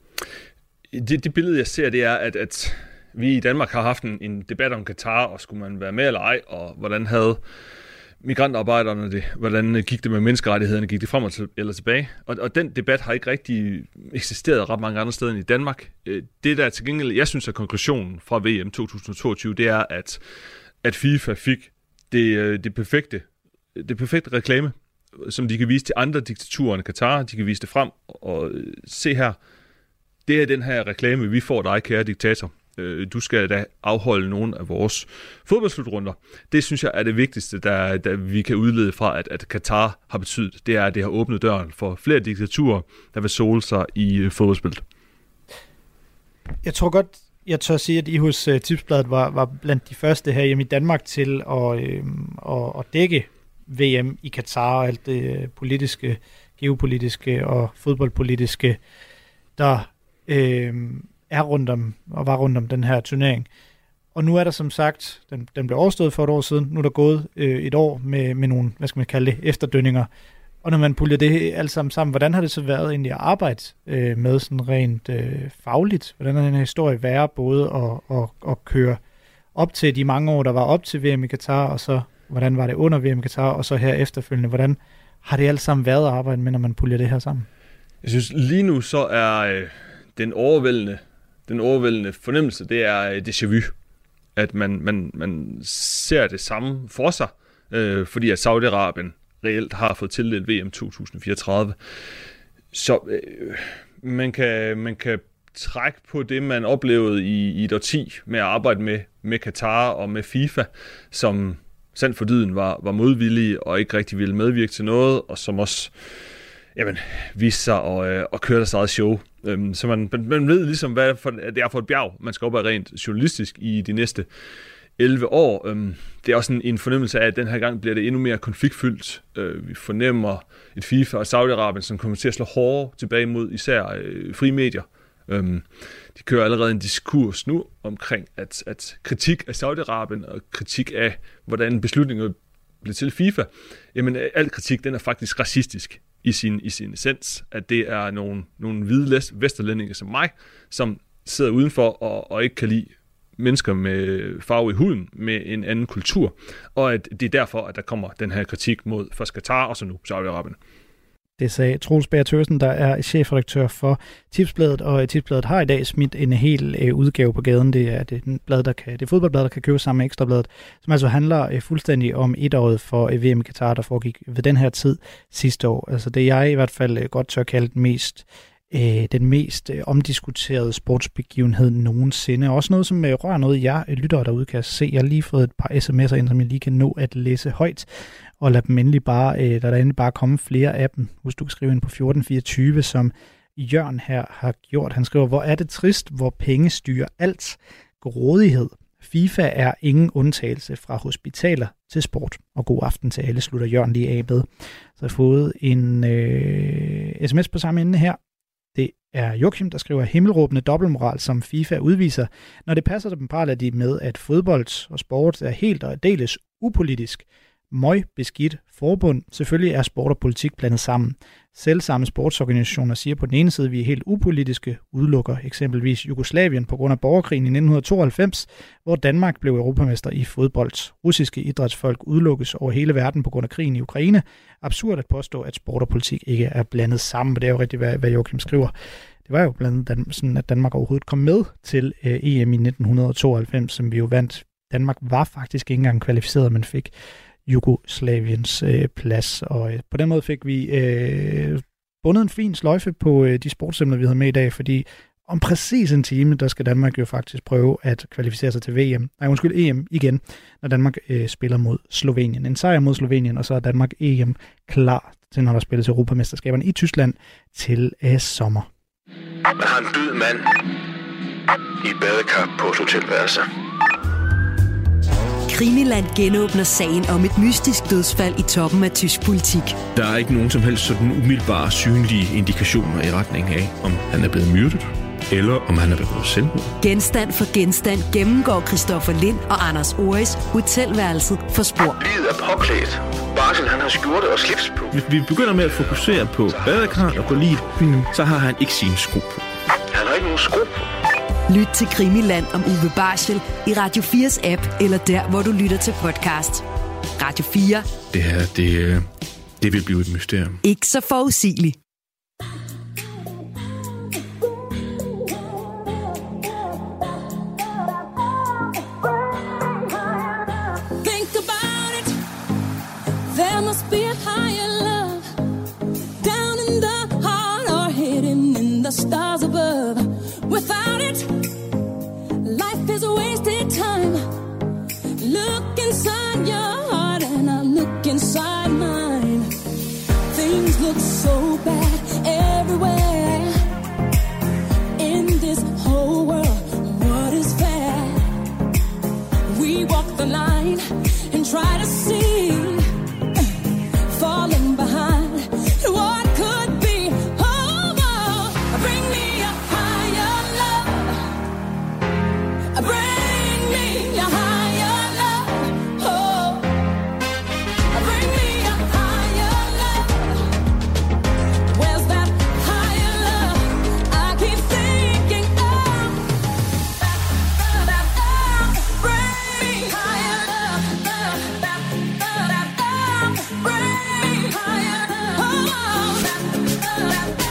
Det, det billede, jeg ser, det er, at, at vi i Danmark har haft en, en debat om Katar, og skulle man være med eller ej, og hvordan havde migrantarbejderne det, hvordan gik det med menneskerettighederne, gik det frem eller tilbage, og, og den debat har ikke rigtig eksisteret ret mange andre steder end i Danmark. Det der til gengæld, jeg synes er konklusionen fra V M to tusind toogtyve, det er, at, at FIFA fik det, det, perfekte, det perfekte reklame, som de kan vise til andre diktaturer end Katar, de kan vise det frem, og se her, det er den her reklame, vi får dig, kære diktator. Du skal da afholde nogle af vores fodboldslutrunder. Det synes jeg er det vigtigste, der, der vi kan udlede fra, at, at Katar har betydet. Det er, at det har åbnet døren for flere diktaturer, der vil sole sig i fodboldspillet. Jeg tror godt, jeg tør sige, at I hos uh, Tipsbladet var, var blandt de første her hjemme i Danmark til at, øh, at, at dække V M i Katar og alt det politiske, geopolitiske og fodboldpolitiske, der øh, er rundt om, og var rundt om den her turnering. Og nu er der som sagt, den, den blev overstået for et år siden, nu er der gået øh, et år med, med nogle, hvad skal man kalde det, efterdønninger. Og når man puljer det alt sammen sammen, hvordan har det så været egentlig at arbejde øh, med sådan rent øh, fagligt? Hvordan har den her historie været både at, at, at køre op til de mange år, der var op til V M i Katar, og så hvordan var det under V M i Katar, og så her efterfølgende, hvordan har det alt sammen været at arbejde med, når man puljer det her sammen? Jeg synes lige nu så er øh, den overvældende Den overvældende fornemmelse, det er déjà vu. At man, man, man ser det samme for sig, øh, fordi at Saudi-Arabien reelt har fået tildelt V M to tusind fireogtredive. Så øh, man, kan, man kan trække på det, man oplevede i, i et årti med at arbejde med, med Katar og med FIFA, som sandt for dyden var, var modvillige og ikke rigtig ville medvirke til noget, og som også jamen, viste sig at, øh, at køre deres eget show. Øhm, så man, man ved ligesom, hvad for, det er for et bjerg, man skal op ad rent journalistisk i de næste elleve år. Øhm, det er også en, en fornemmelse af, at den her gang bliver det endnu mere konfliktfyldt. Øh, vi fornemmer et FIFA og Saudi-Arabien, som kommer til at slå hårdere tilbage mod især øh, frie medier. Øhm, de kører allerede en diskurs nu omkring, at, at kritik af Saudi-Arabien og kritik af, hvordan beslutninger blev til FIFA, jamen al kritik, den er faktisk racistisk i sin, i sin essens, at det er nogle, nogle hvide vesterlændinge som mig, som sidder udenfor og, og ikke kan lide mennesker med farve i huden, med en anden kultur, og at det er derfor, at der kommer den her kritik mod først Katar og så nu Saudi-Arabien. Det sagde Troels Bager Thøgersen, der er chefredaktør for Tipsbladet, og Tipsbladet har i dag smidt en hel øh, udgave på gaden. Det er det, blad, der kan, det fodboldblad, der kan købe sammen med Ekstrabladet, som altså handler øh, fuldstændig om etåret for øh, V M i Katar, der foregik ved den her tid sidste år. Altså det jeg i hvert fald øh, godt tør kalde den mest, øh, den mest øh, omdiskuterede sportsbegivenhed nogensinde. Også noget, som øh, rører noget, jeg øh, lytter derude kan se. Jeg har lige fået et par sms'er ind, som jeg lige kan nå at læse højt. Og lad dem endelig bare, øh, der er endelig bare komme flere af dem. Husk, du kan skrive ind på fjorten fireogtyve, som Jørgen her har gjort. Han skriver, hvor er det trist, hvor penge styrer alt. Grådighed. FIFA er ingen undtagelse fra hospitaler til sport. Og god aften til alle, slutter Jørgen lige af med. Så jeg har fået en øh, sms på samme ende her. Det er Joachim, der skriver, himmelråbende dobbeltmoral, som FIFA udviser. Når det passer dem, praler de med, at fodbold og sport er helt og deles upolitisk. Møg beskidt forbund. Selvfølgelig er sport og politik blandet sammen. Selvsamme sportsorganisationer siger på den ene side, at vi er helt upolitiske, udelukker eksempelvis Jugoslavien på grund af borgerkrigen i nitten tooghalvfems, hvor Danmark blev europamester i fodbold. Russiske idrætsfolk udelukkes over hele verden på grund af krigen i Ukraine. Absurd at påstå, at sport og politik ikke er blandet sammen, og det er jo rigtigt, hvad Joachim skriver. Det var jo blandt andet sådan, at Danmark overhovedet kom med til øh, E M i nitten tooghalvfems, som vi jo vandt. Danmark var faktisk ikke engang kvalificeret, men fik Jugoslaviens øh, plads, og øh, på den måde fik vi øh, bundet en fin sløjfe på øh, de sportsemner, vi havde med i dag, fordi om præcis en time, der skal Danmark jo faktisk prøve at kvalificere sig til V M. Nej, undskyld, E M igen, når Danmark øh, spiller mod Slovenien. En sejr mod Slovenien, og så er Danmark E M klar til, når der spilles Europamesterskaberne i Tyskland til øh, sommer. Man har en død mand i et badekar på et hotelværelse. Krimiland genåbner sagen om et mystisk dødsfald i toppen af tysk politik. Der er ikke nogen som helst sådan umiddelbare synlige indikationer i retning af, om han er blevet myrdet, eller om han er begået selvmord. Genstand for genstand gennemgår Christoffer Lind og Anders Oris hotelværelset for spor. Liget er påklædt. Barsel, han har skjorte og slips på. Hvis vi begynder med at fokusere på badekarret og på liget, mm. så har han ikke sine sko på. Han har ikke nogen sko på. Lyt til Krimiland om Uwe Barschel i Radio fires app, eller der, hvor du lytter til podcast. Radio fire. Det her, det, det vil blive et mysterium. Ikke så forudsigeligt. Stars above. Without it, life is a wasted time. Look inside your heart and I look inside mine. Things look so bad everywhere. In this whole world, what is fair? We walk the line and try to see, falling behind what could be. Bring me a higher love, oh. Bring me a higher love. Where's that higher love I keep thinking of? Bring me higher love, bring me higher love, oh. Bring me higher love.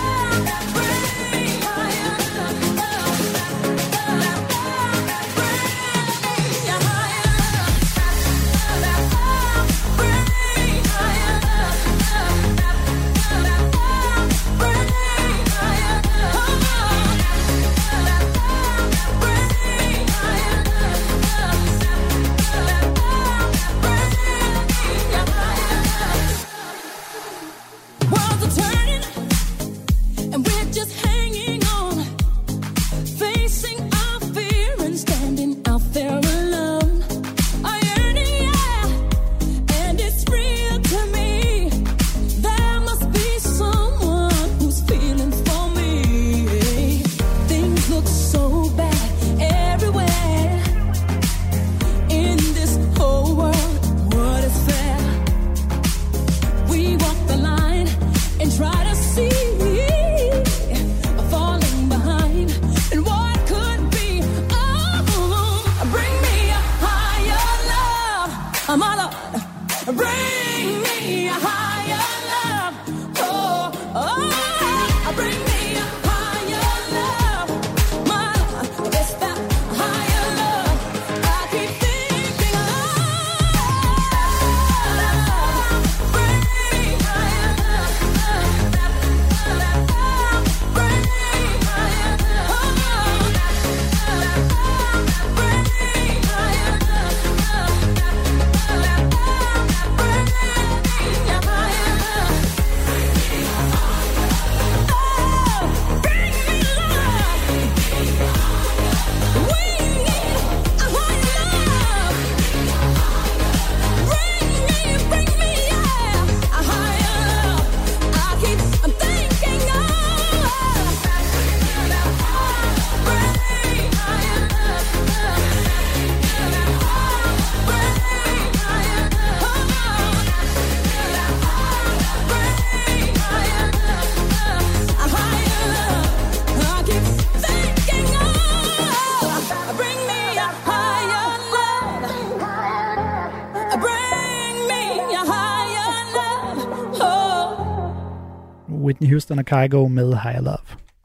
Whitney Houston og Kygo med Higher Love.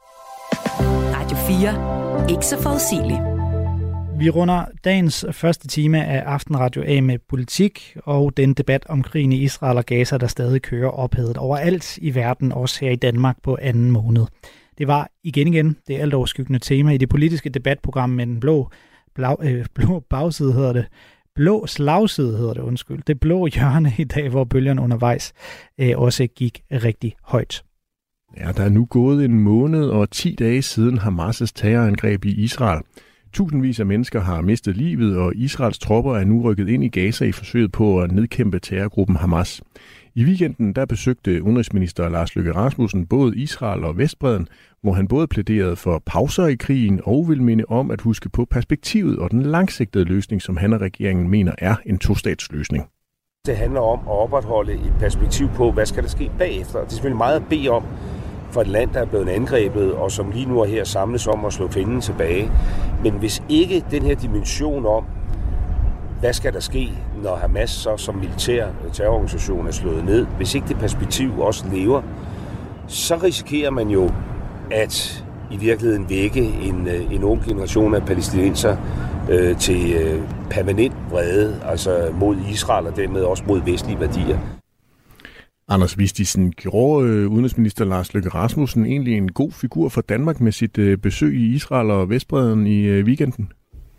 Radio fire. Ikke så forudsigeligt. Vi runder dagens første time af Aftenradio af med politik og den debat om krigen i Israel og Gaza, der stadig kører ophedet overalt i verden, også her i Danmark på anden måned. Det var igen igen det alt overskyggende tema i det politiske debatprogram med den blå, blag, øh, blå bagside, hedder det. Blå slagside hedder det, undskyld. Det blå hjørne i dag, hvor bølgerne undervejs øh, også gik rigtig højt. Ja, der er nu gået en måned og ti dage siden Hamas' terrorangreb i Israel. Tusindvis af mennesker har mistet livet, og Israels tropper er nu rykket ind i Gaza i forsøget på at nedkæmpe terrorgruppen Hamas. I weekenden der besøgte udenrigsminister Lars Løkke Rasmussen både Israel og Vestbredden, hvor han både plæderede for pauser i krigen og vil minde om at huske på perspektivet og den langsigtede løsning, som han og regeringen mener er en tostatsløsning. Det handler om at opretholde et perspektiv på, hvad skal der ske bagefter. Det er selvfølgelig meget at bede om for et land, der er blevet angrebet, og som lige nu er her samles om at slå fjenden tilbage. Men hvis ikke den her dimension om, hvad skal der ske, når Hamas så som militær terrororganisation er slået ned, hvis ikke det perspektiv også lever, så risikerer man jo at i virkeligheden vække en, en ung generation af palæstinenser øh, til øh, permanent vrede, altså mod Israel og dermed også mod vestlige værdier. Anders Vistisen, gjorde øh, udenrigsminister Lars Løkke Rasmussen egentlig en god figur for Danmark med sit øh, besøg i Israel og Vestbredden i øh, weekenden?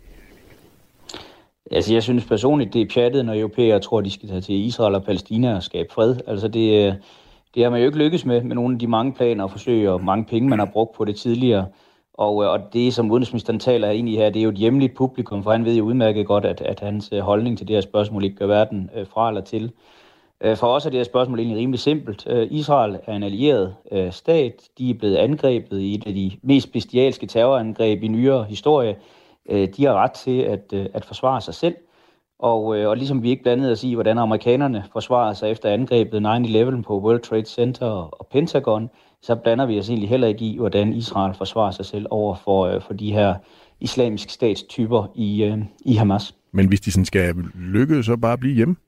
Altså, jeg synes personligt, det er pjattet, når europæere tror, de skal tage til Israel og Palæstina og skabe fred. Altså, det, det har man jo ikke lykkes med, med nogle af de mange planer og forsøg og mange penge, man har brugt på det tidligere. Og, og det, som udenrigsministeren taler ind i her, det er jo et hjemligt publikum, for han ved jo udmærket godt, at, at hans holdning til det her spørgsmål ikke gør verden fra eller til. For os er det her spørgsmål egentlig rimelig simpelt. Israel er en allieret stat. De er blevet angrebet i et af de mest bestialske terrorangreb i nyere historie. De har ret til at, at forsvare sig selv. Og, og ligesom vi ikke blandede os i, hvordan amerikanerne forsvarer sig efter angrebet nine eleven på World Trade Center og Pentagon, så blander vi os egentlig heller ikke i, hvordan Israel forsvarer sig selv over for, for de her islamiske statstyper i, i Hamas. Men hvis de sådan skal lykkes, så bare blive hjemme?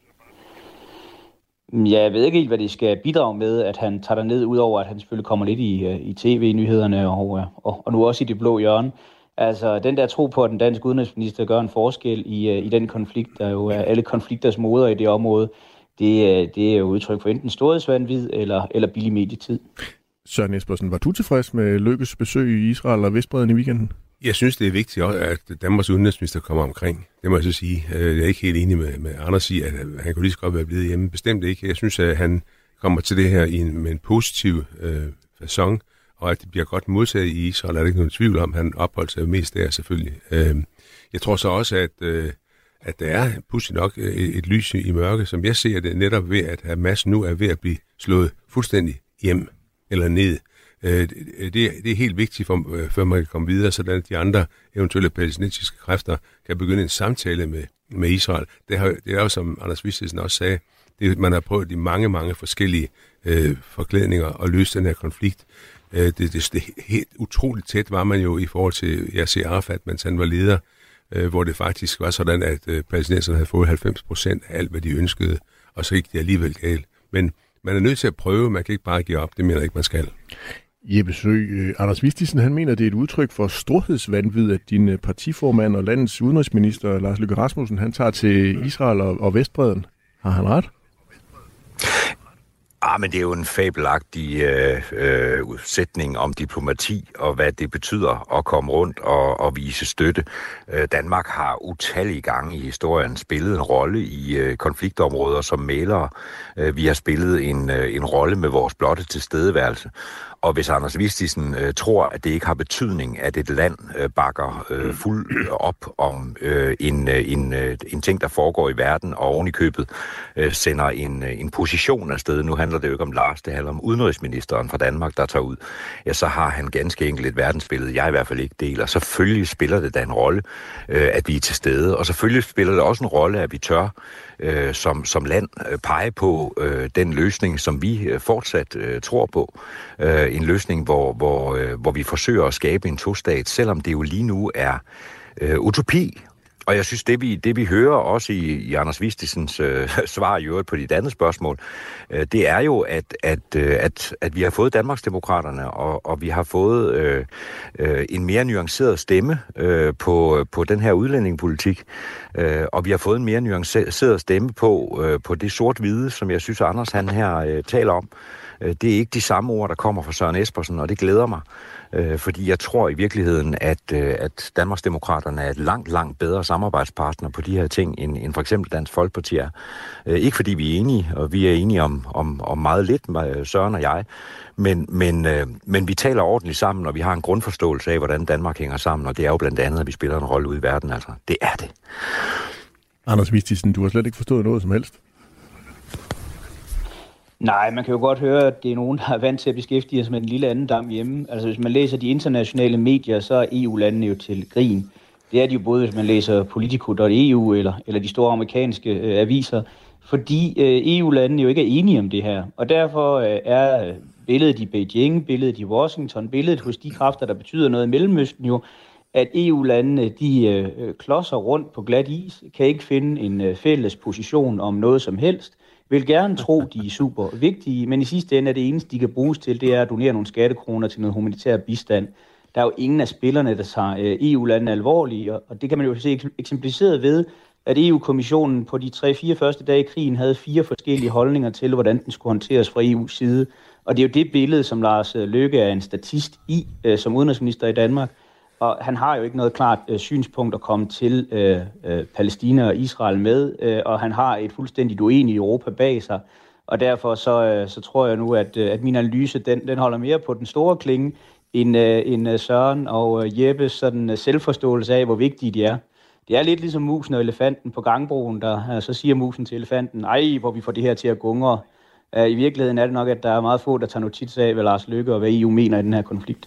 Jeg ved ikke helt, hvad det skal bidrage med, at han tager ned udover at han selvfølgelig kommer lidt i, i tv-nyhederne og, og, og nu også i det blå hjørne. Altså, den der tro på, at den danske udenrigsminister gør en forskel i, i den konflikt, der jo er alle konflikters moder i det område, det, det er jo udtryk for enten storhedsvanvid eller, eller billig medietid. Søren Espersen, var du tilfreds med Løkkes besøg i Israel og Vestbredden i weekenden? Jeg synes, det er vigtigt, at Danmarks udenrigsminister kommer omkring. Det må jeg så sige. Jeg er ikke helt enig med, med Anders i, at han kunne lige så godt være blevet hjemme. Bestemt ikke. Jeg synes, at han kommer til det her i en, med en positiv øh, facon, og at det bliver godt modtaget i Israel, er der ikke nogen tvivl om. Han opholdt sig mest der selvfølgelig. Øh, jeg tror så også, at, øh, at der er pludselig nok et, et lys i mørke, som jeg ser det netop ved, at Hamas nu er ved at blive slået fuldstændig hjem eller ned. Det, det er helt vigtigt, for, før man kan komme videre, sådan at de andre eventuelle palæstinensiske kræfter kan begynde en samtale med, med Israel. Det, har, det er jo, som Anders Vistisen også sagde, det, man har prøvet de mange, mange forskellige øh, forklædninger at løse den her konflikt. Øh, det, det, det helt utroligt tæt var man jo i forhold til Yasser Arafat, mens han var leder, øh, hvor det faktisk var sådan, at øh, palæstinenserne havde fået halvfems procent af alt, hvad de ønskede, og så gik det alligevel galt. Men man er nødt til at prøve, man kan ikke bare give op, det mener jeg ikke, man skal. Jeppe Søe, Anders Vistisen, han mener, det er et udtryk for storhedsvanvid, at din partiformand og landets udenrigsminister, Lars Løkke Rasmussen, han tager til Israel og, og Vestbredden. Har han ret? Ah, men det er jo en fabelagtig øh, øh, sætning om diplomati og hvad det betyder at komme rundt og, og vise støtte. Øh, Danmark har utallige gange i historien spillet en rolle i øh, konfliktområder som mælere. Øh, vi har spillet en, øh, en rolle med vores blotte tilstedeværelse. Og hvis Anders Vistisen øh, tror, at det ikke har betydning, at et land øh, bakker øh, fuld op om øh, en, øh, en, øh, en ting, der foregår i verden, og oven i købet øh, sender en, øh, en position afsted, nu handler det jo ikke om Lars, det handler om udenrigsministeren fra Danmark, der tager ud, ja, så har han ganske enkelt et verdensbillede, jeg i hvert fald ikke deler. Selvfølgelig spiller det da en rolle, øh, at vi er til stede, og selvfølgelig spiller det også en rolle, at vi tør øh, som, som land øh, pege på øh, den løsning, som vi øh, fortsat øh, tror på. Øh, en løsning, hvor, hvor, øh, hvor vi forsøger at skabe en tostat, selvom det jo lige nu er øh, utopi. Og jeg synes, det vi, det vi hører også i, i Anders Vistisens øh, svar i øvrigt på dit andet spørgsmål, øh, det er jo, at, at, øh, at, at vi har fået Danmarksdemokraterne, og, og vi har fået øh, øh, en mere nuanceret stemme øh, på, på den her udlændingepolitik, øh, og vi har fået en mere nuanceret stemme på, øh, på det sort-hvide, som jeg synes, Anders han her øh, taler om. Det er ikke de samme ord, der kommer fra Søren Espersen, og det glæder mig, øh, fordi jeg tror i virkeligheden, at, øh, at Danmarksdemokraterne er et langt, langt bedre samarbejdspartner på de her ting, end, end for eksempel Dansk Folkeparti er. Øh, ikke fordi vi er enige, og vi er enige om, om, om meget lidt, Søren og jeg, men, men, øh, men vi taler ordentligt sammen, og vi har en grundforståelse af, hvordan Danmark hænger sammen, og det er jo blandt andet, at vi spiller en rolle ude i verden. Altså, det er det. Anders Vistisen, du har slet ikke forstået noget som helst. Nej, man kan jo godt høre, at det er nogen, der er vant til at beskæftige sig med den lille anden dam hjemme. Altså hvis man læser de internationale medier, så er E U-landene jo til grin. Det er de jo både, hvis man læser Politico punktum e u eller, eller de store amerikanske øh, aviser, fordi øh, E U-landene jo ikke er enige om det her. Og derfor øh, er billedet i Beijing, billedet i Washington, billedet hos de kræfter, der betyder noget i Mellemøsten jo, at E U-landene de øh, klodser rundt på glat is, kan ikke finde en øh, fælles position om noget som helst, vil gerne tro, de er super vigtige, men i sidste ende er det eneste, de kan bruges til, det er at donere nogle skattekroner til noget humanitær bistand. Der er jo ingen af spillerne, der tager øh, E U-landene alvorlige, og det kan man jo se eksemplificeret ved, at E U-kommissionen på de tre-fire første dage i krigen havde fire forskellige holdninger til, hvordan den skulle håndteres fra E U's side. Og det er jo det billede, som Lars Løkke er en statist i, øh, som udenrigsminister i Danmark. Og han har jo ikke noget klart øh, synspunkt at komme til øh, øh, Palæstina og Israel med, øh, og han har et fuldstændigt uenigt Europa bag sig. Og derfor så, øh, så tror jeg nu, at, øh, at min analyse den, den holder mere på den store klinge, end, øh, end Søren og øh, Jeppes sådan, øh, selvforståelse af, hvor vigtige de er. Det er lidt ligesom musen og elefanten på gangbroen, der øh, så siger musen til elefanten, ej, hvor vi får det her til at gungre. Øh, I virkeligheden er det nok, at der er meget få, der tager notits af, hvad Lars Løkke og hvad E U mener i den her konflikt.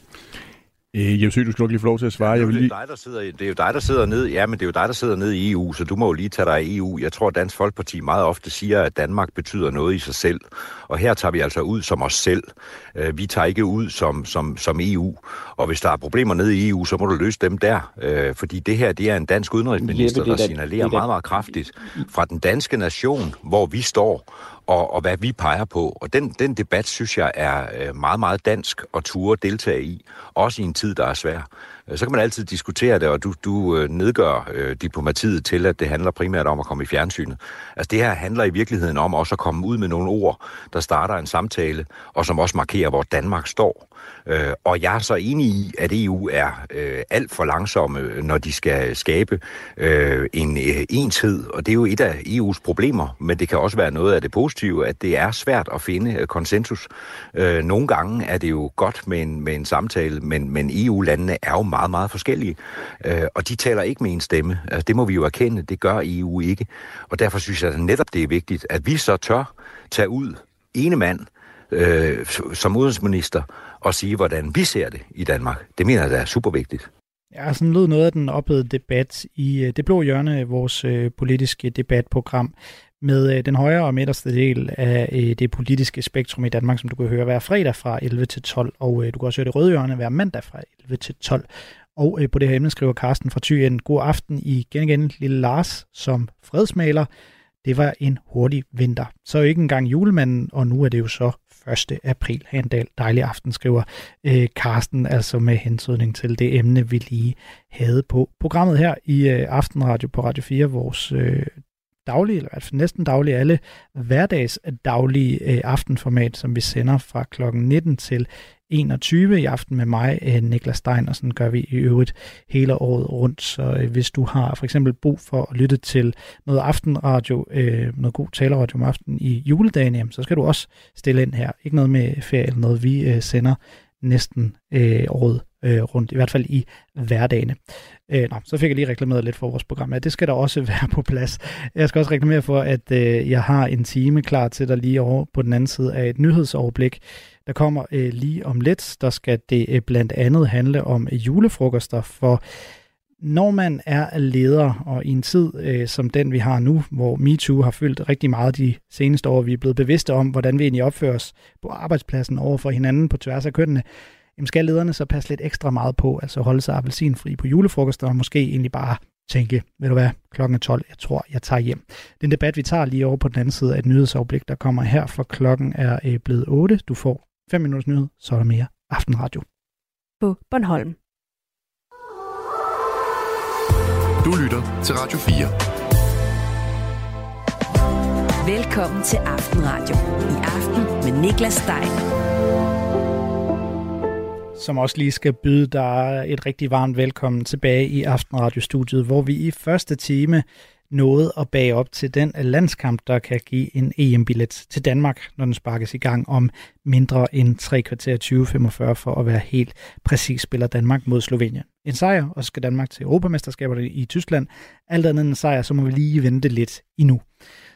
Øh, Jeppe Søe, du skal nok lige få lov til at svare. Jeg vil lige... det, er dig, der sidder, det er jo dig, der sidder ned. Ja, men det er jo dig, der sidder ned i E U, så du må jo lige tage dig af E U. Jeg tror, at Dansk Folkeparti meget ofte siger, at Danmark betyder noget i sig selv. Og her tager vi altså ud som os selv. Vi tager ikke ud som, som, som E U. Og hvis der er problemer nede i E U, så må du løse dem der. Fordi det her, det er en dansk udenrigsminister, der signalerer meget, meget kraftigt fra den danske nation, hvor vi står, og, og hvad vi peger på. Og den, den debat, synes jeg, er meget, meget dansk at ture deltage i. Også i en tid, der er svær. Så kan man altid diskutere det, og du, du nedgør øh, diplomatiet til, at det handler primært om at komme i fjernsynet. Altså det her handler i virkeligheden om også at komme ud med nogle ord, der starter en samtale, og som også markerer, hvor Danmark står. Øh, og jeg er så enig i, at E U er øh, alt for langsomme, når de skal skabe øh, en øh, enshed, og det er jo et af E U's problemer, men det kan også være noget af det positive, at det er svært at finde øh, konsensus. Øh, nogle gange er det jo godt med en, med en samtale, men, men E U-landene er jo meget, meget forskellige, øh, og de taler ikke med en stemme. Altså, det må vi jo erkende, det gør E U ikke, og derfor synes jeg at netop, det er vigtigt, at vi så tør tage ud ene mand øh, som udenrigsminister og sige, hvordan vi ser det i Danmark. Det mener jeg, det er super vigtigt. Ja, sådan lød noget af den ophedede debat i Det Blå Hjørne, vores politiske debatprogram, med den højre og midterste del af det politiske spektrum i Danmark, som du kan høre hver fredag fra elleve til tolv, og du kan også høre Det Røde Hjørne hver mandag fra elleve til tolv. Og på det her emne skriver Carsten fra Thyend: God aften igen igen, lille Lars, som fredsmaler. Det var en hurtig vinter. Så ikke engang julemanden, og nu er det jo så første april. Ha' en dejlig aften, skriver øh, Carsten, altså med hensynning til det emne, vi lige havde på programmet her i øh, Aftenradio på Radio fire, vores øh, daglige, eller i hvert fald næsten daglige, alle hverdags daglige øh, aftenformat, som vi sender fra klokken nitten til enogtyve i aften med mig, øh, Niklas Stein, og sådan gør vi i øvrigt hele året rundt. Så øh, hvis du har for eksempel brug for at lytte til noget aftenradio, øh, noget god taleradio om aftenen i juledagen, jamen, så skal du også stille ind her. Ikke noget med ferie eller noget, vi øh, sender næsten øh, året øh, rundt, i hvert fald i hverdagene. Øh, nå, så fik jeg lige reklameret lidt for vores program. Ja, det skal der også være på plads. Jeg skal også reklamere for, at øh, jeg har en time klar til dig lige over på den anden side af et nyhedsoverblik. Der kommer øh, lige om lidt. Der skal det øh, blandt andet handle om øh, julefrokoster, for når man er leder, og i en tid øh, som den, vi har nu, hvor MeToo har fyldt rigtig meget de seneste år, vi er blevet bevidste om, hvordan vi egentlig opfører os på arbejdspladsen over for hinanden på tværs af kønnene, jamen skal lederne så passe lidt ekstra meget på, altså holde sig appelsinfri på julefrokoster, og måske egentlig bare tænke, ved du hvad, klokken er tolv, jeg tror, jeg tager hjem. Det er en debat, vi tager lige over på den anden side af et nyhedsoverblik, der kommer her, for klokken er øh, blevet otte. Du får fem minutters nyhed, så er der mere Aftenradio. På Bornholm. Du lytter til Radio fire. Velkommen til Aftenradio. I aften med Niklas Stein. Som også lige skal byde dig et rigtig varmt velkommen tilbage i Aftenradio-studiet, hvor vi i første time nåede at bage op til den landskamp, der kan give en E M-billet til Danmark, når den sparkes i gang om mindre end tre kvarter tyve femogfyrre, for at være helt præcis, spiller Danmark mod Slovenien. En sejr, og så skal Danmark til Europamesterskaberne i Tyskland. Alt andet end en sejr, så må vi lige vente lidt endnu.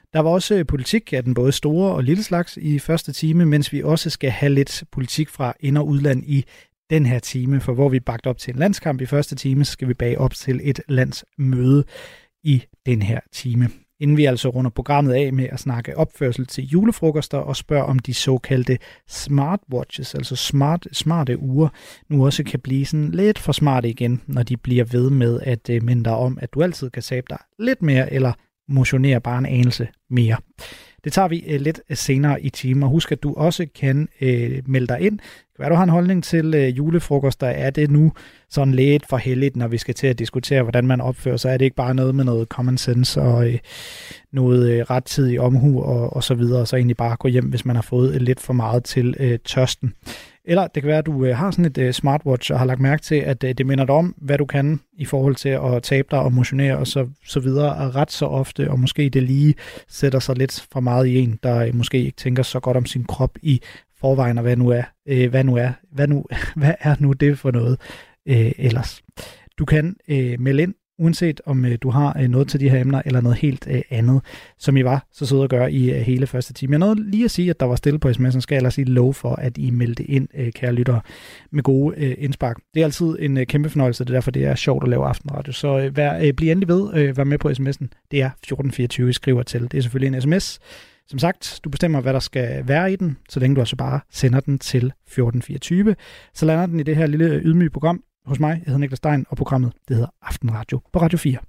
Der var også politik af den både store og lille slags i første time, mens vi også skal have lidt politik fra ind- og udland i den her time, for hvor vi bagt op til en landskamp i første time, så skal vi bage op til et landsmøde i den her time. Inden vi altså runder programmet af med at snakke opførsel til julefrokoster og spørge om de såkaldte smartwatches, altså smart, smarte ure, nu også kan blive sådan lidt for smarte igen, når de bliver ved med at uh, minde dig om, at du altid kan tabe dig lidt mere eller motionere bare en anelse mere. Det tager vi uh, lidt senere i timen, og husk at du også kan uh, melde dig ind. Hvad du har en holdning til uh, julefrokoster, er det nu sådan lidt for heldigt, når vi skal til at diskutere, hvordan man opfører sig? Er det ikke bare noget med noget common sense og uh, noget uh, rettidig omhu og, og så videre, og så egentlig bare gå hjem, hvis man har fået uh, lidt for meget til uh, tørsten? Eller det kan være, at du uh, har sådan et uh, smartwatch og har lagt mærke til, at uh, det minder dig om, hvad du kan i forhold til at tabe dig og motionere og så, så videre, og ret så ofte, og måske det lige sætter sig lidt for meget i en, der uh, måske ikke tænker så godt om sin krop i forvejen, og hvad nu er, øh, hvad nu er, hvad nu, hvad er nu det for noget øh, ellers. Du kan øh, melde ind, uanset om øh, du har øh, noget til de her emner, eller noget helt øh, andet, som I var så søde at gøre i øh, hele første time. Jeg nåede lige at sige, at der var stille på sms'en, skal jeg ellers sige lov for, at I meldte ind, øh, kære lyttere, med gode øh, indspark. Det er altid en øh, kæmpe fornøjelse, det er derfor, det er sjovt at lave aftenradio. Så øh, vær, øh, bliv endelig ved, øh, vær med på sms'en. Det er fjorten fireogtyve, I skriver til. Det er selvfølgelig en sms. Som sagt, du bestemmer, hvad der skal være i den, så længe du altså bare sender den til fjorten fireogtyve. Så lander den i det her lille ydmyge program hos mig. Jeg hedder Niklas Stein, og programmet det hedder Aftenradio på Radio fire.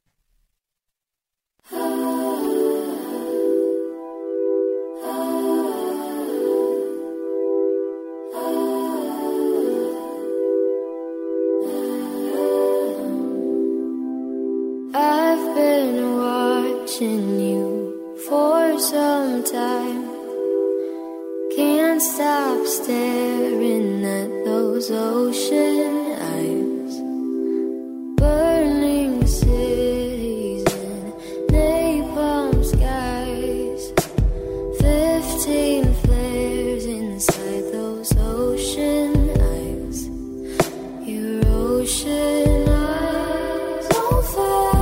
I've been watching you for some time. Can't stop staring at those ocean eyes. Burning cities and napalm skies. Fifteen flares inside those ocean eyes. Your ocean eyes on fire.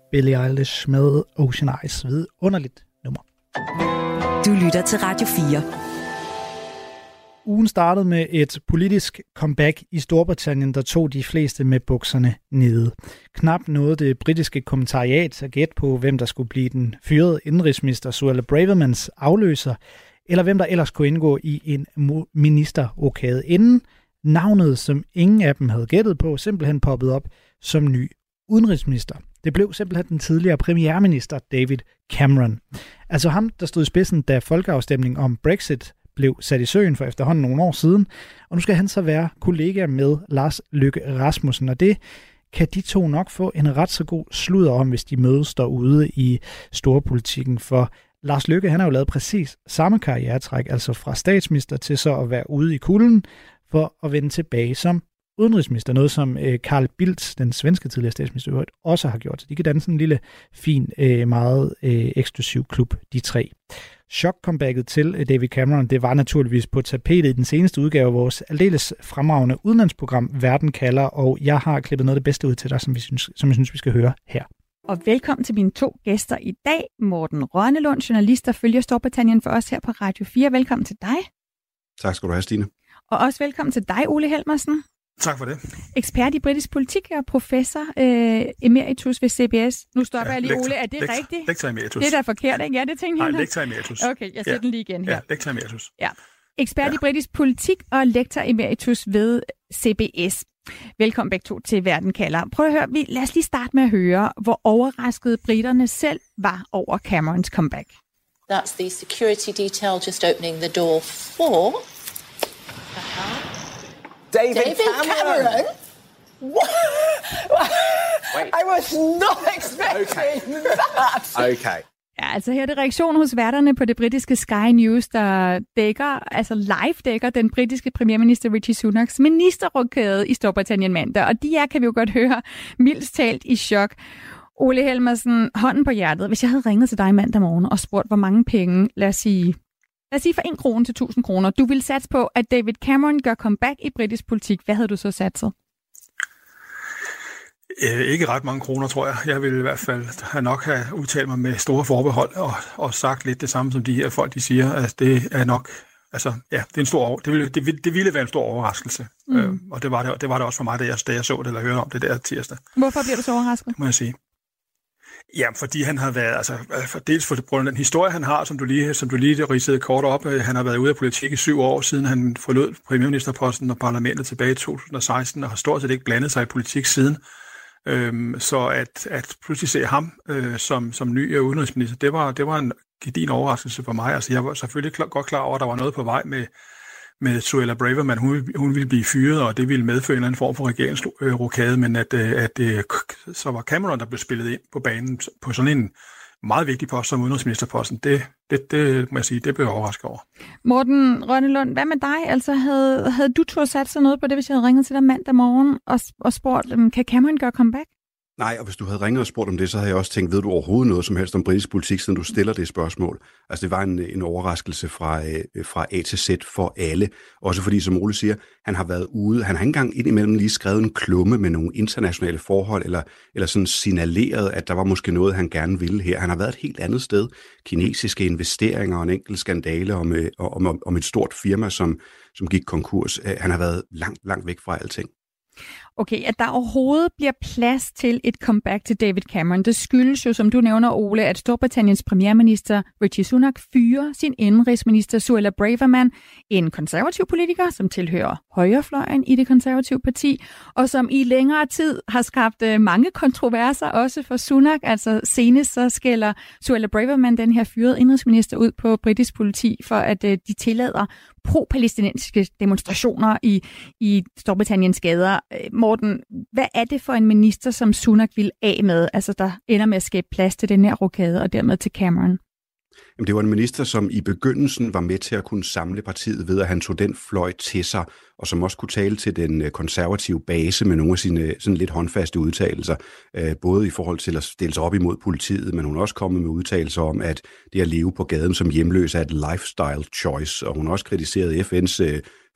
Billie Eilish med Ocean Eyes. Vidunderligt nummer. Du lytter til Radio fire. Ugen startede med et politisk comeback i Storbritannien, der tog de fleste med bukserne nede. Knap nåede det britiske kommentariat at gætte på, hvem der skulle blive den fyrede indenrigsminister Suella Bravermans afløser, eller hvem der ellers kunne indgå i en ministerrokade, inden navnet, som ingen af dem havde gættet på, simpelthen poppede op som ny udenrigsminister. Det blev simpelthen den tidligere premierminister David Cameron. Altså ham, der stod i spidsen, da folkeafstemningen om Brexit blev sat i søen for efterhånden nogle år siden. Og nu skal han så være kollega med Lars Løkke Rasmussen, og det kan de to nok få en ret så god sludder om, hvis de mødes derude i storpolitikken. For Lars Løkke, han har jo lavet præcis samme karrieretræk, altså fra statsminister til så at være ude i kulden, for at vende tilbage som udenrigsminister. Noget som øh, Carl Bildt, den svenske tidligere statsminister, også har gjort. Så de kan danne sådan en lille, fin, øh, meget øh, eksklusiv klub, de tre. Chok-comebacket til David Cameron, det var naturligvis på tapetet i den seneste udgave af vores aldeles fremragende udenlandsprogram Verden kalder, og jeg har klippet noget af det bedste ud til dig, som, vi synes, som jeg synes, vi skal høre her. Og velkommen til mine to gæster i dag. Morten Rønnelund, journalist, der følger Storbritannien for os her på Radio fire. Velkommen til dig. Tak skal du have, Stine. Og også velkommen til dig, Ole Helmersen. Tak for det. Ekspert i britisk politik og professor øh, emeritus ved C B S. Nu stopper ja, jeg lige, lektor, Ole. Er det lektor, rigtigt? Lektor emeritus. Det er da forkert, ikke? Ja, det tænkte jeg. Nej, lektor emeritus. Okay, jeg sætter ja. den lige igen her. Ja, lektor emeritus. Ja. Ekspert ja. i britisk politik og lektor emeritus ved C B S. Velkommen begge to til Verden kalder. Prøv at høre, vi, lad os lige starte med at høre, hvor overraskede briterne selv var over Camerons comeback. That's the security detail just opening the door for... David, David Cameron? Cameron? What? I was not expecting okay. that. Okay. Ja, altså her er det reaktion hos værterne på det britiske Sky News, der dækker, altså live dækker den britiske premierminister Rishi Sunaks ministerrokade i Storbritannien mandag. Og de er, kan vi jo godt høre, mildest talt i chok. Ole Helmersen, hånden på hjertet. Hvis jeg havde ringet til dig mandag morgen og spurgt, hvor mange penge, lad os sige, lad os sige fra en krone til tusind kroner, du ville satse på, at David Cameron gør comeback i britisk politik. Hvad havde du så satset? Øh, ikke ret mange kroner, tror jeg. Jeg ville i hvert fald have nok have udtalt mig med store forbehold og, og sagt lidt det samme, som de her folk de siger. Altså, det er nok, altså ja, det er en stor, det ville, det ville, det ville være en stor overraskelse. Mm. Øh, og det var det, det var det også for mig, da jeg, da jeg så det eller hørte om det der tirsdag. Hvorfor bliver du så overrasket? Må jeg sige. Ja, fordi han har været, altså for dels for grund af den historie, han har, som du lige, som du lige ridsede kort op. Han har været ude af politik i syv år, siden han forlod premierministerposten og parlamentet tilbage i to tusind og seksten, og har stort set ikke blandet sig i politik siden. Øhm, så at, at pludselig se ham øh, som, som ny udenrigsminister, det var, det var en gedigen overraskelse for mig. Altså, jeg var selvfølgelig klar, godt klar over, at der var noget på vej med, med Suella Braverman. Hun, hun ville blive fyret, og det ville medføre en eller anden form for regeringsrokade, men at, at, at så var Cameron, der blev spillet ind på banen på sådan en meget vigtig post som udenrigsministerposten. Det, det, det må jeg sige, det blev jeg overrasket over. Morten Rønnelund, hvad med dig? Altså, havde, havde du turde sat sig noget på det, hvis jeg havde ringet til dig mandag morgen og, og spurgt, kan Cameron gøre comeback? Nej, og hvis du havde ringet og spurgt om det, så havde jeg også tænkt, ved du overhovedet noget som helst om britisk politik, siden du stiller det spørgsmål? Altså, det var en, en overraskelse fra, øh, fra A til Z for alle. Også fordi, som Ole siger, han har været ude. Han har ikke engang indimellem lige skrevet en klumme med nogle internationale forhold, eller, eller sådan signaleret, at der var måske noget, han gerne ville her. Han har været et helt andet sted. Kinesiske investeringer og en enkelt skandale om, øh, om, om et stort firma, som, som gik konkurs. Han har været langt, langt væk fra alting. Okay, at der overhovedet bliver plads til et comeback til David Cameron, det skyldes jo, som du nævner, Ole, at Storbritanniens premierminister Rishi Sunak fyrer sin indenrigsminister Suella Braverman, en konservativ politiker, som tilhører højrefløjen i det konservative parti, og som i længere tid har skabt mange kontroverser, også for Sunak. Altså senest så skælder Suella Braverman, den her fyrede indenrigsminister, ud på britisk politi, for at de tillader pro-palæstinensiske demonstrationer i, i Storbritanniens gader. Morten, hvad er det for en minister, som Sunak vil af med, altså der ender med at skabe plads til den her rokade og dermed til Cameron? Jamen, det var en minister, som i begyndelsen var med til at kunne samle partiet ved, at han tog den fløj til sig, og som også kunne tale til den konservative base med nogle af sine sådan lidt håndfaste udtalelser, både i forhold til at stille sig op imod politiet, men hun er også kommet med udtalelser om, at det at leve på gaden som hjemløs er et lifestyle choice, og hun har også kritiseret F N's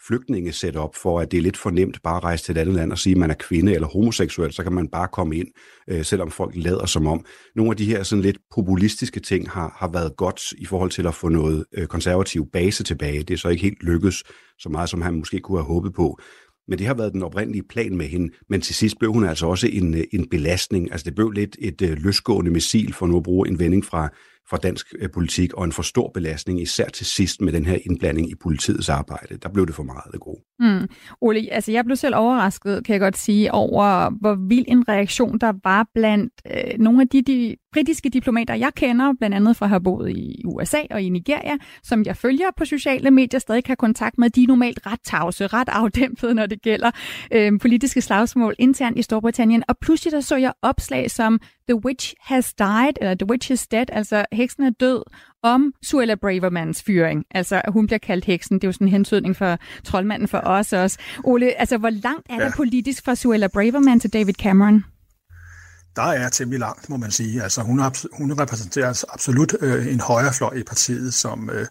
flygtninge-setup for, at det er lidt for nemt bare at rejse til et andet land og sige, at man er kvinde eller homoseksuel, så kan man bare komme ind, øh, selvom folk lader som om. Nogle af de her sådan lidt populistiske ting har, har været godt i forhold til at få noget øh, konservativ base tilbage. Det er så ikke helt lykkedes så meget, som han måske kunne have håbet på. Men det har været den oprindelige plan med hende. Men til sidst blev hun altså også en, en belastning. Altså det blev lidt et øh, løsgående missil, for nu at bruge en vending fra, fra dansk øh, politik, og en for stor belastning, især til sidst med den her indblanding i politiets arbejde. Der blev det for meget af det gode. Mm. Ole, altså jeg blev selv overrasket, kan jeg godt sige, over hvor vild en reaktion der var blandt øh, nogle af de, de britiske diplomater, jeg kender, blandt andet fra at have boet i U S A og i Nigeria, som jeg følger på sociale medier, stadig har kontakt med. De er normalt ret tavse, ret afdæmpede, når det gælder øh, politiske slagsmål internt i Storbritannien. Og pludselig der så jeg opslag som The Witch Has Died, eller The Witch Is Dead, altså heksen er død, om Suella Bravermans fyring. Altså, hun bliver kaldt heksen. Det er jo sådan en hentydning for troldmanden for os også. Ole, altså, hvor langt er ja. det politisk fra Suella Braverman til David Cameron? Der er temmelig langt, må man sige. Altså, hun, hun repræsenterer absolut øh, en højrefløj i partiet, som, øh,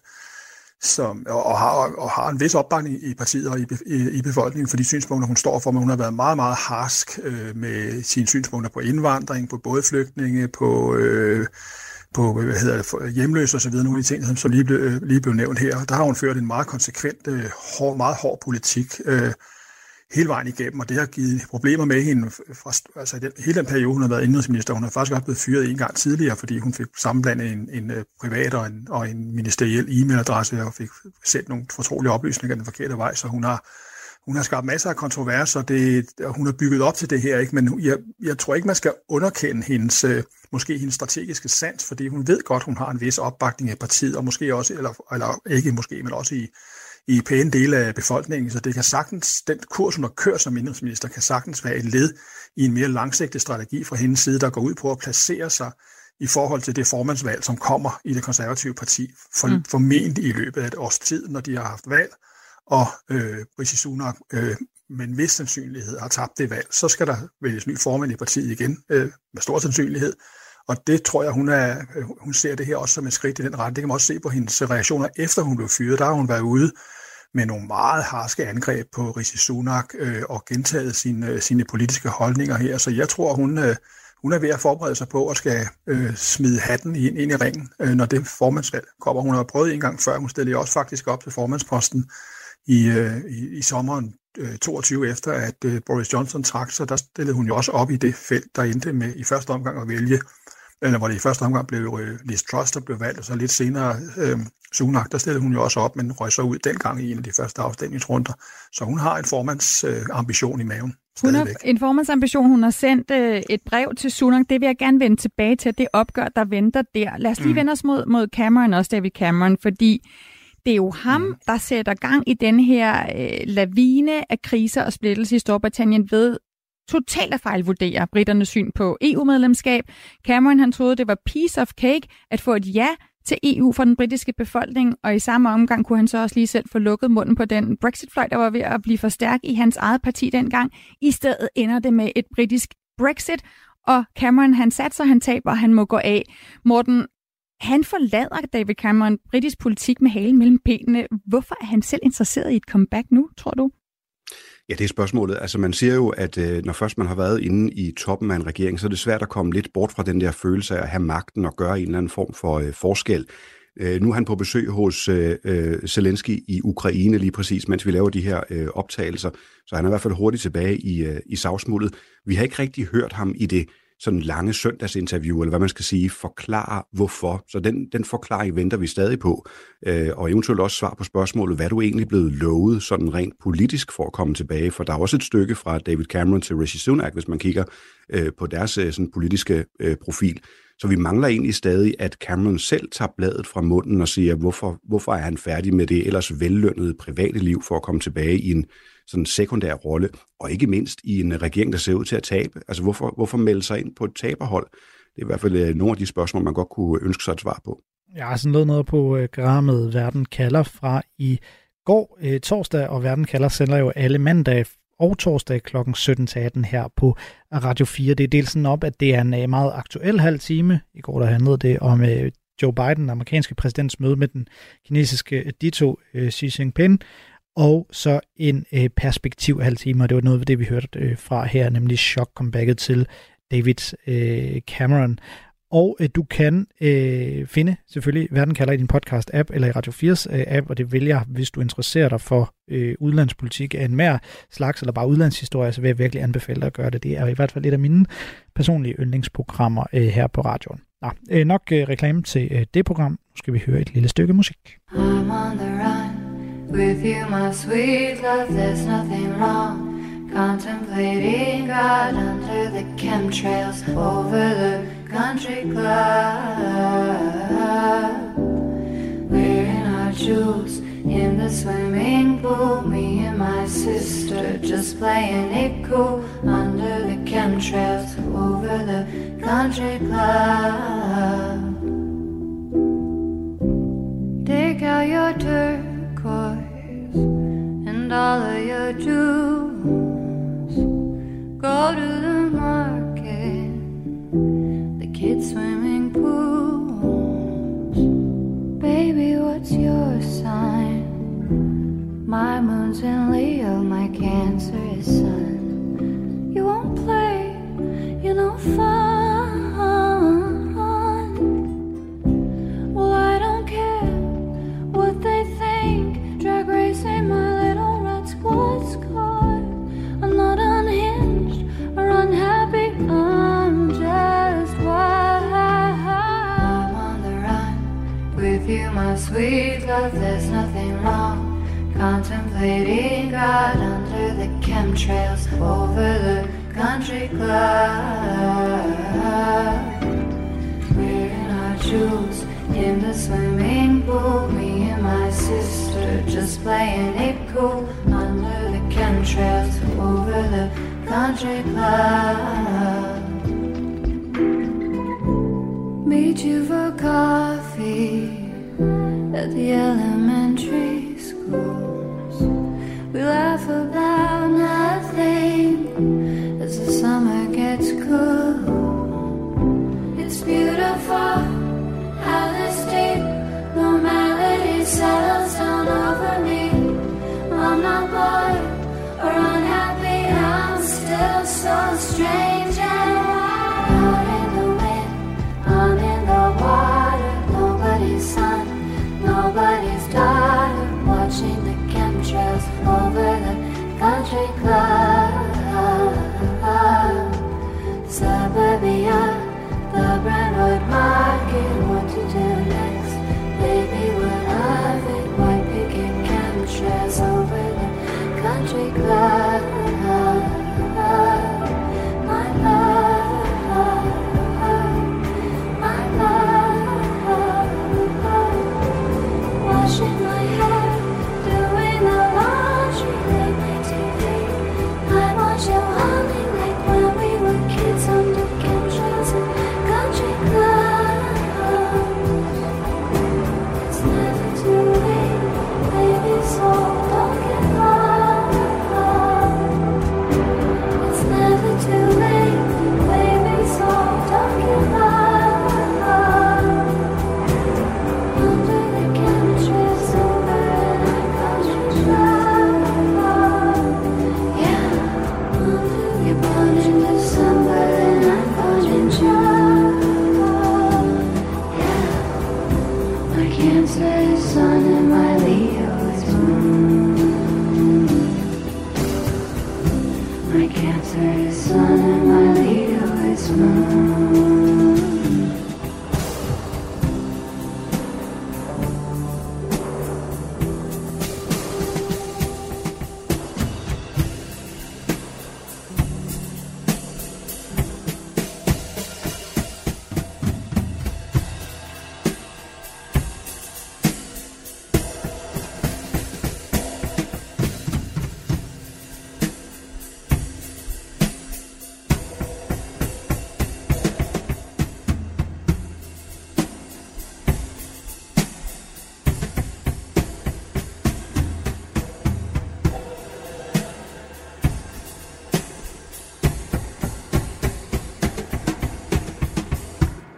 som, og, og, har, og har en vis opbakning i partiet og i, i, i befolkningen for de synspunkter, hun står for. Men hun har været meget, meget harsk øh, med sine synspunkter på indvandring, på både flygtninge, på... Øh, på hvad hedder det, hjemløse og så videre, nogle af de ting, som lige blev, lige blev nævnt her. Der har hun ført en meget konsekvent, hård, meget hård politik øh, hele vejen igennem, og det har givet problemer med hende. Fra, altså den, hele den periode, hun har været indrigsminister, hun har faktisk også blevet fyret en gang tidligere, fordi hun fik sammenblandet en, en privat og en, og en ministeriel e-mailadresse og fik sendt nogle fortrolige oplysninger den forkerte vej, så hun har Hun har skabt masser af kontroverser, det, hun har bygget op til det her, ikke? Men jeg, jeg tror ikke, man skal underkende hendes, øh, måske hendes strategiske sans, fordi hun ved godt, hun har en vis opbakning i partiet, og måske også, eller, eller ikke måske, men også i, i pæne dele af befolkningen. Så det kan sagtens, den kurs, hun har kørt som indrigsminister, kan sagtens være et led i en mere langsigtet strategi fra hendes side, der går ud på at placere sig i forhold til det formandsvalg, som kommer i det konservative parti, for, mm. formentlig i løbet af et års tid, når de har haft valg, og øh, Rishi Sunak øh, med en vis sandsynlighed har tabt det valg, så skal der vælges ny formand i partiet igen, øh, med stor sandsynlighed. Og det tror jeg, hun, er, hun ser det her også som et skridt i den retning. Det kan man også se på hendes reaktioner, efter hun blev fyret. Der har hun været ude med nogle meget harske angreb på Rishi Sunak øh, og gentaget sine, sine politiske holdninger her. Så jeg tror, hun, øh, hun er ved at forberede sig på at skal øh, smide hatten ind, ind i ringen, øh, når det formandsvalg kommer. Hun har prøvet en gang før. Hun stillede også faktisk op til formandsposten I, øh, i, i sommeren øh, toogtyve, efter at øh, Boris Johnson trak sig, der stillede hun jo også op i det felt, der endte med i første omgang at vælge, eller hvor det i første omgang blev øh, Liz Truss, der blev valgt, og så lidt senere øh, Sunak, der stillede hun jo også op, men røg så ud dengang i en af de første afstemningsrunder. Så hun har en formandsambition øh, i maven. Hun har en formandsambition, hun har sendt øh, et brev til Sunak, det vil jeg gerne vende tilbage til, det opgør, der venter der. Lad os lige mm. vende os mod, mod Cameron, også David Cameron, fordi det er jo ham, der sætter gang i den her øh, lavine af kriser og splittelse i Storbritannien ved totalt at fejlvurdere britternes syn på E U-medlemskab. Cameron han troede, det var piece of cake at få et ja til E U for den britiske befolkning, og i samme omgang kunne han så også lige selv få lukket munden på den Brexit-fløj, der var ved at blive for stærk i hans eget parti dengang. I stedet ender det med et britisk Brexit, og Cameron han satte sig, han taber, og han må gå af. Morten, han forlader David Cameron britisk politik med halen mellem benene. Hvorfor er han selv interesseret i et comeback nu, tror du? Ja, det er spørgsmålet. Altså man siger jo, at øh, når først man har været inde i toppen af en regering, så er det svært at komme lidt bort fra den der følelse af at have magten og gøre en eller anden form for øh, forskel. Øh, nu er han på besøg hos øh, Zelensky i Ukraine lige præcis, mens vi laver de her øh, optagelser. Så han er i hvert fald hurtigt tilbage i, øh, i savsmuldet. Vi har ikke rigtig hørt ham i det sådan lange søndagsinterview, eller hvad man skal sige, forklare hvorfor. Så den, den forklaring venter vi stadig på. Øh, og eventuelt også svar på spørgsmålet, hvad er du egentlig blevet lovet sådan rent politisk for at komme tilbage? For der er også et stykke fra David Cameron til Rishi Sunak, hvis man kigger øh, på deres øh, sådan politiske øh, profil. Så vi mangler egentlig stadig, at Cameron selv tager bladet fra munden og siger, hvorfor, hvorfor er han færdig med det ellers vellønnede private liv for at komme tilbage i en sådan sekundær rolle, og ikke mindst i en regering, der ser ud til at tabe. Altså hvorfor, hvorfor melde sig ind på et taberhold? Det er i hvert fald nogle af de spørgsmål, man godt kunne ønske sig et svar på. Jeg har sådan noget, noget på uh, Grammet Verden kalder fra i går uh, torsdag, og Verden kalder sender jo alle mandag og torsdag klokken sytten til atten her på Radio fire. Det er delt sådan op, at det er en uh, meget aktuel halv time. I går der handlede det om uh, Joe Biden, den amerikanske præsidents møde med den kinesiske dito uh, Xi Jinping. og så en øh, perspektiv halv time, og det var noget af det, vi hørte øh, fra her, nemlig chok-comebacket til David øh, Cameron. Og øh, du kan øh, finde selvfølgelig Verden kalder i din podcast-app eller i Radio fires øh, app, og det vælger, hvis du interesserer dig for øh, udlandspolitik af en mere slags, eller bare udlandshistorie, så vil jeg virkelig anbefale dig at gøre det. Det er i hvert fald et af mine personlige yndlingsprogrammer øh, her på radioen. Nå, øh, nok øh, reklame til øh, det program. Nu skal vi høre et lille stykke musik. I'm on the run with you, my sweet love, there's nothing wrong. Contemplating God under the chemtrails over the country club. Wearing our jewels in the swimming pool. Me and my sister just playing it cool under the chemtrails over the country club. Take out your turquoise and all of your jewels. Go to the market, the kids' swimming pools. Baby, what's your sign? My moon's in Leo, my Cancer is Sun. You won't play, you know, fun. Well, I don't care what they think. Drag racing my little red squad squad. I'm not unhinged or unhappy, I'm just wild. I'm on the run with you, my sweet love, there's nothing wrong. Contemplating God under the chemtrails over the country club. Wearing our jewels in the swimming pool. Me and my sister just playing it cool under the chemtrails over the country club. Meet you for coffee at the elementary schools. We laugh about nothing as the summer gets cool. It's beautiful how this deep normality settles down over me. I'm not bored or unhappy, I'm still so strange and wild. Out in the wind, I'm in the water. Nobody's son, nobody's daughter. Watching the chemtrails over the country club. Suburbia, the Brentwood Market. What to do next? Baby, what of it? White picket chemtrails over the country club. My love, my love. Washing my hair, doing the laundry, late night T V. I watch you honey like when we were kids under chemtrails and country clubs. It's never too late, baby, so don't get lost. It's never too late, baby, so don't get lost. Under the chemtrails over in our country club. Yeah, under the born in December in our country club. Yeah, my Cancer is Sun and my Leo is Moon. My Cancer is Sun and my Leo is Moon.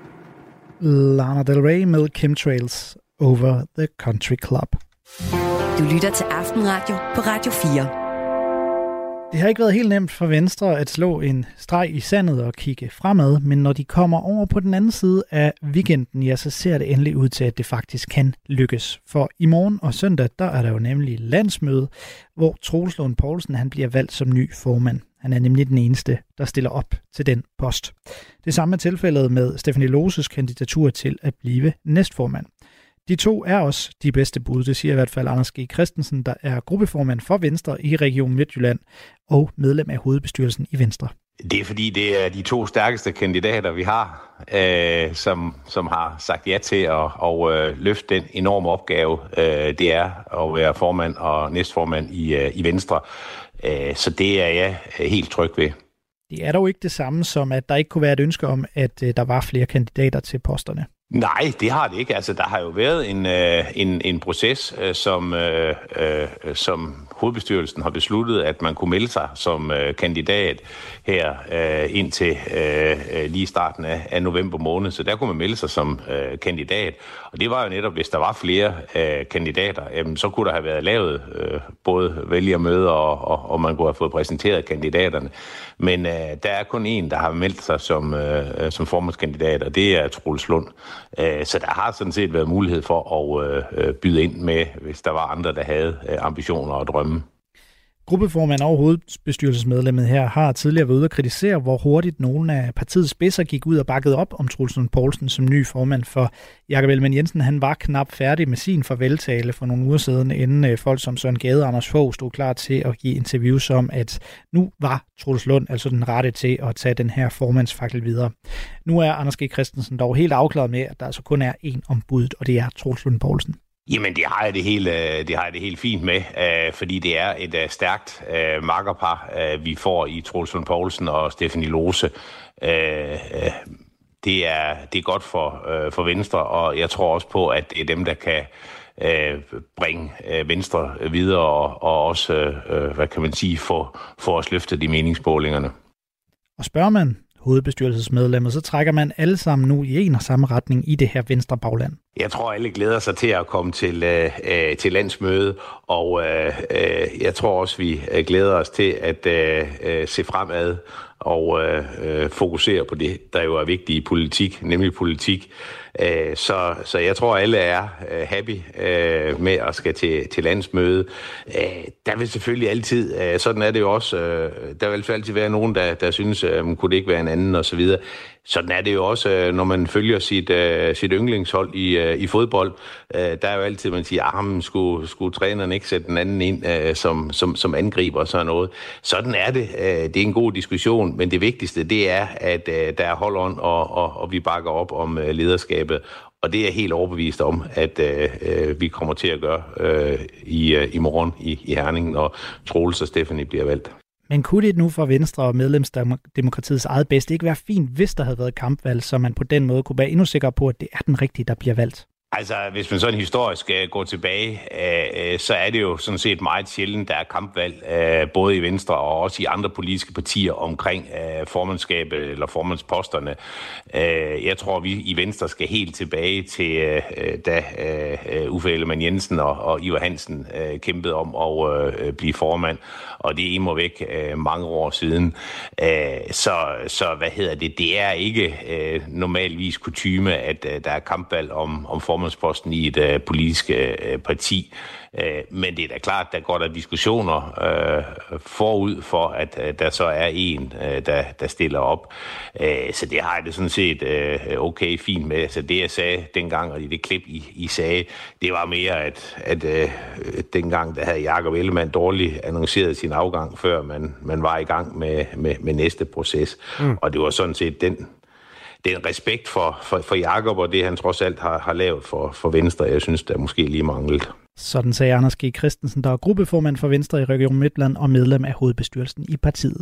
Lana Del Rey med Chemtrails over the Country Club. Du lytter til Aftenradio på Radio fire. Det har ikke været helt nemt for Venstre at slå en streg i sandet og kigge fremad, men når de kommer over på den anden side af weekenden, ja, så ser det endelig ud til, at det faktisk kan lykkes. For i morgen og søndag, der er der jo nemlig landsmøde, hvor Troels Lund Poulsen han bliver valgt som ny formand. Han er nemlig den eneste, der stiller op til den post. Det samme er tilfældet med Stephanie Loses kandidatur til at blive næstformand. De to er også de bedste bud, det siger i hvert fald Anders G. Christensen, der er gruppeformand for Venstre i Region Midtjylland og medlem af hovedbestyrelsen i Venstre. Det er fordi, det er de to stærkeste kandidater, vi har, øh, som, som har sagt ja til at og, øh, løfte den enorme opgave, øh, det er at være formand og næstformand i, øh, i Venstre. Øh, så det er jeg helt tryg ved. Det er dog ikke det samme som, at der ikke kunne være et ønske om, at øh, der var flere kandidater til posterne. Nej, det har det ikke. Altså, der har jo været en, øh, en, en proces, øh, som, øh, øh, som hovedbestyrelsen har besluttet, at man kunne melde sig som øh, kandidat her øh, indtil øh, lige starten af, af november måned. Så der kunne man melde sig som øh, kandidat. Og det var jo netop, hvis der var flere øh, kandidater, øh, så kunne der have været lavet øh, både vælgermøder, og, og, og man kunne have fået præsenteret kandidaterne. Men øh, der er kun en, der har meldt sig som, øh, som formandskandidat, og det er Troels Lund. Så der har sådan set været mulighed for at byde ind med, hvis der var andre, der havde ambitioner og drømme. Gruppeformand og hovedbestyrelsesmedlemmet her har tidligere været ude at kritisere, hvor hurtigt nogle af partiets spidser gik ud og bakkede op om Troels Lund Poulsen som ny formand, for Jakob Ellemann-Jensen han var knap færdig med sin farveltale for nogle uger siden, inden folk som Søren Gade og Anders Fogh stod klar til at give interviews om, at nu var Troels Lund altså den rette til at tage den her formandsfakkel videre. Nu er Anders G. Christensen dog helt afklaret med, at der altså kun er én ombud, og det er Troels Lund Poulsen. Jamen, det har jeg det helt, det har jeg det helt fint med, øh, fordi det er et uh, stærkt uh, makkerpar, uh, vi får i Troels Lund Poulsen og Stephanie Lose. Uh, uh, det, er, det er godt for, uh, for Venstre, og jeg tror også på, at det er dem, der kan uh, bringe uh, Venstre videre og, og også, uh, hvad kan man sige, få, få os løftet i meningsmålingerne. Og spørger man hovedbestyrelsesmedlemmer, så trækker man alle sammen nu i en og samme retning i det her Venstre bagland. Jeg tror, alle glæder sig til at komme til, øh, til landsmøde, og øh, øh, jeg tror også, vi glæder os til at øh, se fremad og øh, fokusere på det, der jo er vigtigt i politik, nemlig politik. Øh, så, så jeg tror, alle er øh, happy øh, med at skal til, til landsmøde. Øh, der vil selvfølgelig altid, øh, sådan er det jo også, øh, der vil altid være nogen, der, der synes, øh, kunne det ikke være en anden osv. Sådan er det jo også, når man følger sit, uh, sit yndlingshold i, uh, i fodbold. Uh, der er jo altid, man siger, at skulle, skulle træneren ikke sætte den anden ind uh, som, som, som angriber og sådan noget. Sådan er det. Uh, det er en god diskussion, men det vigtigste, det er, at uh, der er hold-on, og, og, og vi bakker op om uh, lederskabet. Og det er jeg helt overbevist om, at uh, vi kommer til at gøre uh, i, uh, i morgen i, i Herning, når Troels og Stephanie bliver valgt. Men kunne det nu for Venstre og medlemsdemokratiets eget bedste ikke være fint, hvis der havde været kampvalg, så man på den måde kunne være endnu sikker på, at det er den rigtige, der bliver valgt? Altså, hvis man sådan historisk uh, går tilbage, uh, så er det jo sådan set meget sjældent, der er kampvalg, uh, både i Venstre og også i andre politiske partier omkring uh, formandskabet eller formandsposterne. Uh, jeg tror, vi i Venstre skal helt tilbage til, uh, da uh, Uffe Ellemann-Jensen og, og Ivar Hansen uh, kæmpede om at uh, blive formand, og det er imod væk uh, mange år siden. Uh, så, så hvad hedder det? Det er ikke uh, normalvis kutyme, at uh, der er kampvalg om, om formand posten i et uh, politisk uh, parti. Uh, men det er da klart, der går der diskussioner uh, forud for, at uh, der så er en, uh, der, der stiller op. Uh, så det har jeg det sådan set uh, okay fint med. Så det, jeg sagde dengang, og det klip, I, I sagde, det var mere, at, at uh, dengang, der havde Jakob Ellemann dårligt annonceret sin afgang, før man, man var i gang med, med, med næste proces. Mm. Og det var sådan set den den respekt for, for, for Jakob og det, han trods alt har, har lavet for, for Venstre, jeg synes, der måske lige manglet. Sådan sagde Anders G. Christensen, der er gruppeformand for Venstre i Region Midtjylland og medlem af hovedbestyrelsen i partiet.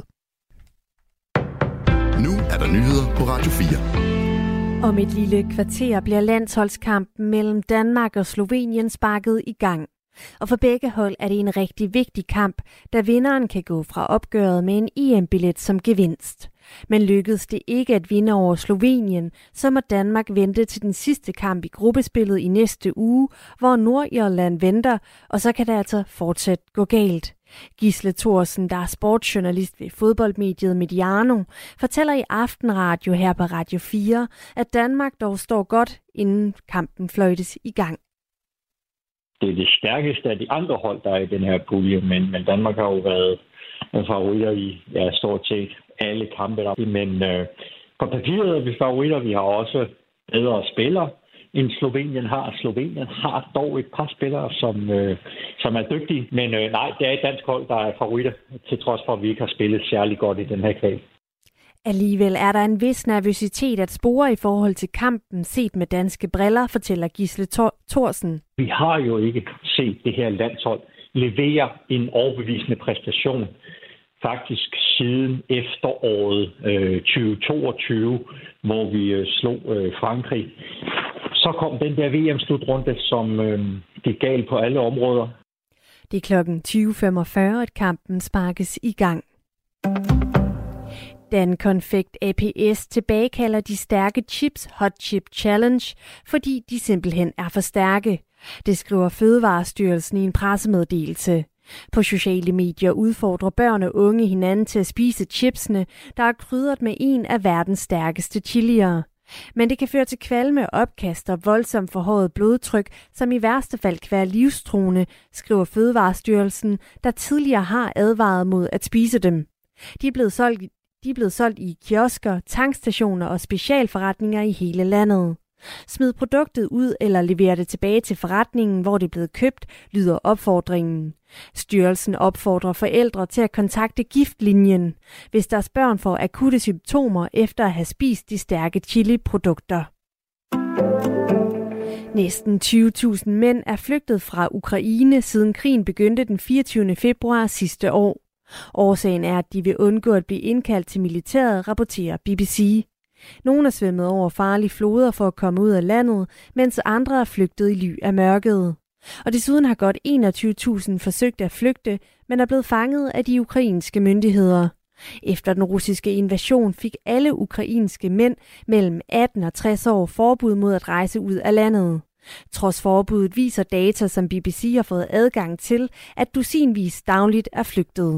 Nu er der nyheder på Radio fire. Om et lille kvarter bliver landsholdskampen mellem Danmark og Slovenien sparket i gang. Og for begge hold er det en rigtig vigtig kamp, da vinderen kan gå fra opgøret med en E M-billet som gevinst. Men lykkedes det ikke at vinde over Slovenien, så må Danmark vente til den sidste kamp i gruppespillet i næste uge, hvor Nordirland venter, og så kan det altså fortsat gå galt. Gisle Thorsen, der er sportsjournalist ved fodboldmediet Mediano, fortæller i Aftenradio her på Radio fire, at Danmark dog står godt, inden kampen fløjtes i gang. Det er det stærkeste af de andre hold, der er i den her pulje, men, men Danmark har jo været favoritter i ja, stort set alle kampe. Der. Men øh, på papiret er vi favoritter. Vi har også bedre spillere, end Slovenien har. Slovenien har dog et par spillere, som, øh, som er dygtige. Men øh, nej, det er et dansk hold, der er favoritter, til trods for, at vi ikke har spillet særlig godt i den her kval. Alligevel er der en vis nervøsitet at spore i forhold til kampen, set med danske briller, fortæller Gisle Thorsen. Vi har jo ikke set det her landshold levere en overbevisende præstation, faktisk siden efteråret øh, tyve toogtyve, hvor vi øh, slog øh, Frankrig. Så kom den der V M-slutrunde, som øh, gik galt på alle områder. Det er klokken tyve femogfyrre, at kampen sparkes i gang. Danconfekt A P S tilbagekalder de stærke chips Hot Chip Challenge, fordi de simpelthen er for stærke. Det skriver Fødevarestyrelsen i en pressemeddelelse. På sociale medier udfordrer børn og unge hinanden til at spise chipsene, der er krydret med en af verdens stærkeste chilier. Men det kan føre til kvalme, opkast og voldsomt forhøjet blodtryk, som i værste fald kan være livstruende, skriver Fødevarestyrelsen, der tidligere har advaret mod at spise dem. De er blevet solgt, de er blevet solgt i kiosker, tankstationer og specialforretninger i hele landet. Smid produktet ud eller lever det tilbage til forretningen, hvor det er blevet købt, lyder opfordringen. Styrelsen opfordrer forældre til at kontakte giftlinjen, hvis deres børn får akutte symptomer efter at have spist de stærke chili-produkter. Næsten tyve tusind mænd er flygtet fra Ukraine, siden krigen begyndte den fireogtyvende februar sidste år. Årsagen er, at de vil undgå at blive indkaldt til militæret, rapporterer B B C. Nogle er svømmet over farlige floder for at komme ud af landet, mens andre er flygtet i ly af mørket. Og desuden har godt enogtyve tusind forsøgt at flygte, men er blevet fanget af de ukrainske myndigheder. Efter den russiske invasion fik alle ukrainske mænd mellem atten og tres år forbud mod at rejse ud af landet. Trods forbuddet viser data, som B B C har fået adgang til, at dusinvis dagligt er flygtet.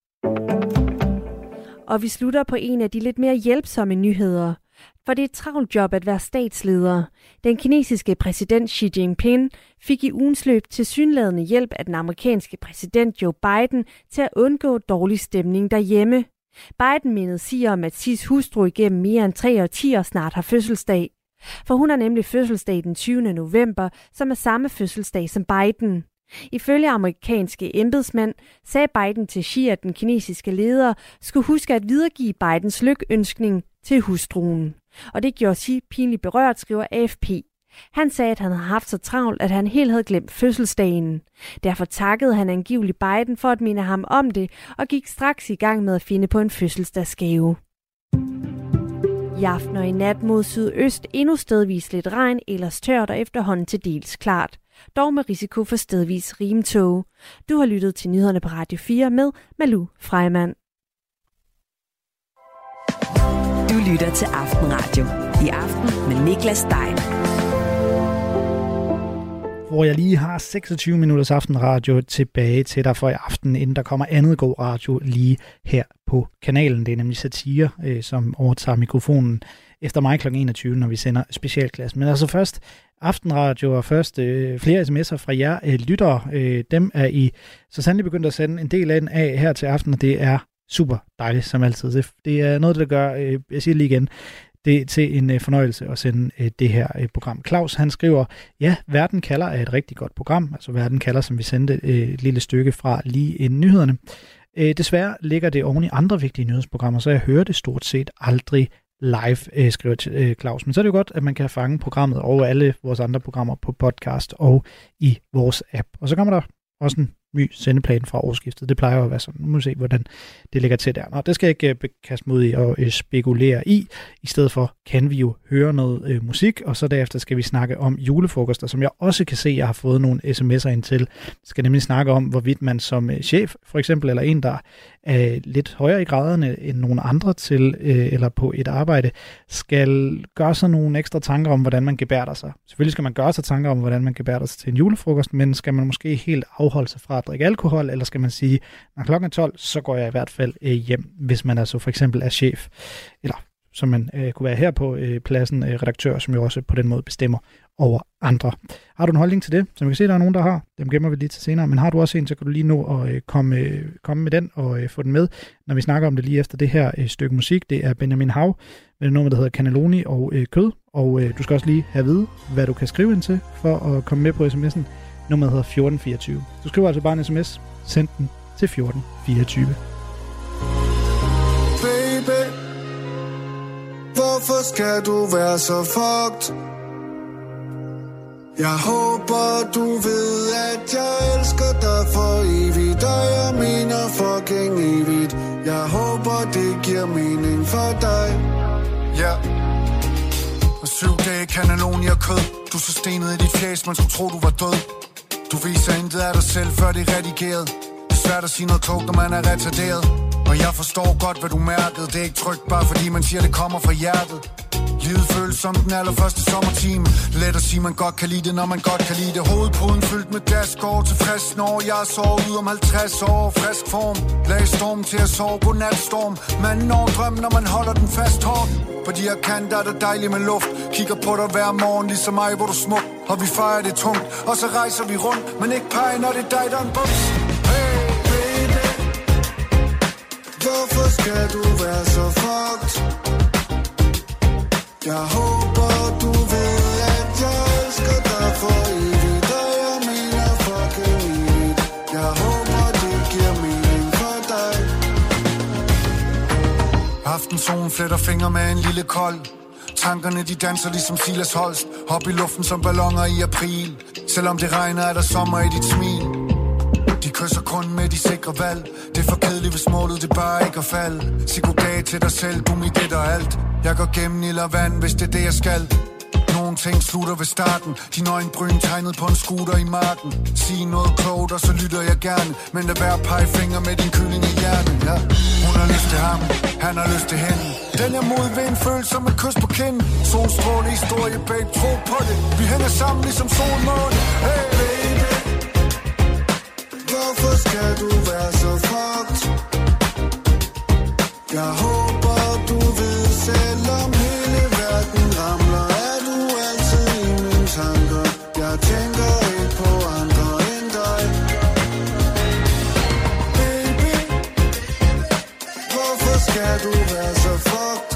Og vi slutter på en af de lidt mere hjælpsomme nyheder. For det er et travlt job at være statsleder. Den kinesiske præsident Xi Jinping fik i ugens løb tilsyneladende hjælp af den amerikanske præsident Joe Biden til at undgå dårlig stemning derhjemme. Biden mindede Xi om, at Xis hustru igennem mere end tre årtier snart har fødselsdag. For hun har nemlig fødselsdag den tyvende november, som er samme fødselsdag som Biden. Ifølge amerikanske embedsmænd sagde Biden til Xi, at den kinesiske leder skulle huske at videregive Bidens lykønskning til hustruen. Og det gjorde Xi pinligt berørt, skriver A F P. Han sagde, at han havde haft så travlt, at han helt havde glemt fødselsdagen. Derfor takkede han angiveligt Biden for at minde ham om det, og gik straks i gang med at finde på en fødselsdagsgave. I aften og i nat mod sydøst endnu stedvis lidt regn, ellers tørt og efterhånden til dels klart. Dog med risiko for stedvis rimtåge. Du har lyttet til nyhederne på Radio fire med Malou Freymann. Du lytter til Aftenradio. I aften med Niklas Stein. Hvor jeg lige har seksogtyve minutters Aftenradio tilbage til dig for i aften, inden der kommer andet god radio lige her på kanalen. Det er nemlig satire, øh, som overtager mikrofonen efter mig klokken enogtyve, når vi sender specialklassen. Men altså først Aftenradio, og først øh, flere sms'er fra jer øh, lyttere. Øh, dem er I så sandelig begyndt at sende en del af den af her til aften, og det er super dejligt som altid. Det, det er noget, der gør, øh, jeg siger lige igen, det er til en øh, fornøjelse at sende øh, det her øh, program. Claus, han skriver, ja, Verden kalder er et rigtig godt program. Altså Verden kalder, som vi sendte øh, et lille stykke fra lige inden nyhederne. Øh, desværre ligger det oven i andre vigtige nyhedsprogrammer, så jeg hører det stort set aldrig live, øh, skriver øh, Claus. Men så er det jo godt, at man kan fange programmet og alle vores andre programmer på podcast og i vores app. Og så kommer der også en ny sendeplan fra årsskiftet. Det plejer jo at være sådan. Nu må vi se, hvordan det ligger til der. Nå, det skal jeg ikke uh, kaste mod i og uh, spekulere i. I stedet for kan vi jo høre noget uh, musik, og så derefter skal vi snakke om julefrokoster, som jeg også kan se, jeg har fået nogle sms'er ind til. Jeg skal nemlig snakke om, hvorvidt man som uh, chef, for eksempel, eller en, der er lidt højere i graderne end nogle andre til, uh, eller på et arbejde, skal gøre sig nogle ekstra tanker om, hvordan man gebærder sig. Selvfølgelig skal man gøre sig tanker om, hvordan man gebærder sig til en julefrokost, men skal man måske helt afholde sig fra at drikke alkohol, eller skal man sige, når klokken er tolv, så går jeg i hvert fald øh, hjem, hvis man altså for eksempel er chef, eller som man øh, kunne være her på øh, pladsen, øh, redaktør, som jo også på den måde bestemmer over andre. Har du en holdning til det? Som vi kan se, der er nogen, der har. Dem gemmer vi lige til senere, men har du også en, så kan du lige nå at øh, komme, øh, komme med den og øh, få den med, når vi snakker om det lige efter det her øh, stykke musik. Det er Benjamin Hav med et nummer, der hedder Cannelloni og øh, Kød, og øh, du skal også lige have at vide, hvad du kan skrive ind til for at komme med på sms'en. Nummeret hedder fjorten fireogtyve. Du skriver altså bare en sms, send den til fjorten fireogtyve. Baby, hvorfor skal du være så fucked? Jeg håber, du ved, at jeg elsker dig for evigt, og jeg mener fucking evigt. Jeg håber, det giver mening for dig. Ja. Og syv dage cannelloni og kød. Du så stenet i dit fjes, man skulle tro, du var død. Du viser intet af dig selv, før det er redigeret. Det er svært at sige noget klogt, når man er retarderet. Og jeg forstår godt, hvad du mærkede. Det er ikke trygt, bare fordi man siger, det kommer fra hjertet. Livet føles som den allerførste sommertime. Let at sige, man godt kan lide det, når man godt kan lide det. Hovedpuden fyldt med gas, går til frisk når jeg er sovet ud om halvtreds år. Frisk form, lag storm til at sove, godnatstorm. Man når drøm, når man holder den fast hårdt. På de her kanter er det dejligt med luft. Kigger på dig hver morgen, ligesom mig, hvor du smuk. Og vi fejrer det tungt, og så rejser vi rundt. Men ikke pege, når det er dig, der er en bums. Hey baby, hvorfor skal du være så fucked? Jeg håber, du ved, at jeg elsker dig for evigt, og jeg mener fucking evigt. Jeg håber, det giver mening for dig. Aftensolen fletter fingre med en lille kold. Tankerne de danser ligesom Silas Holst. Hop i luften som balloner i april. Selvom det regner, er der sommer i dit smil. De kysser kun med de sikre valg. Det er for kedeligt, hvis målet det bare ikke er fald. Sig goddag til dig selv, du mit det og alt. Jeg går gennem ild og vand, hvis det er det jeg skal. Nogle ting slutter ved starten. Din øjenbryn tegnet på en scooter i marken. Sig noget klogt, og så lytter jeg gerne. Men lad være pege fingre med din kylling i hjernen, ja. Hun har lyst til ham, han har lyst til hende. Den er modvind, føles som et kys på kinden. Solstråle, historie, babe, tro på det. Vi hænger sammen ligesom sol og måne. Hey baby, hvorfor skal du være så fucked? Jeg håber, du ved, selvom hele verden ramler, er du altid i mine tanker. Jeg tænker ikke på andre end dig. Baby, hvorfor skal du være så fucked?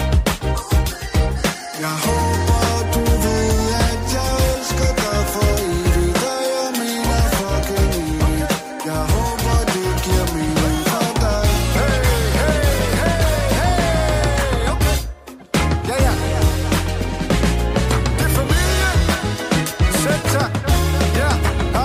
Jeg håber, du ved, at jeg elsker dig for evigt, og jeg mener fucking evigt. Jeg håber, det giver mening for dig. Hey, hey, hey, hey, okay. Ja, ja. Det er familie. Sæt sig. Ja, ja.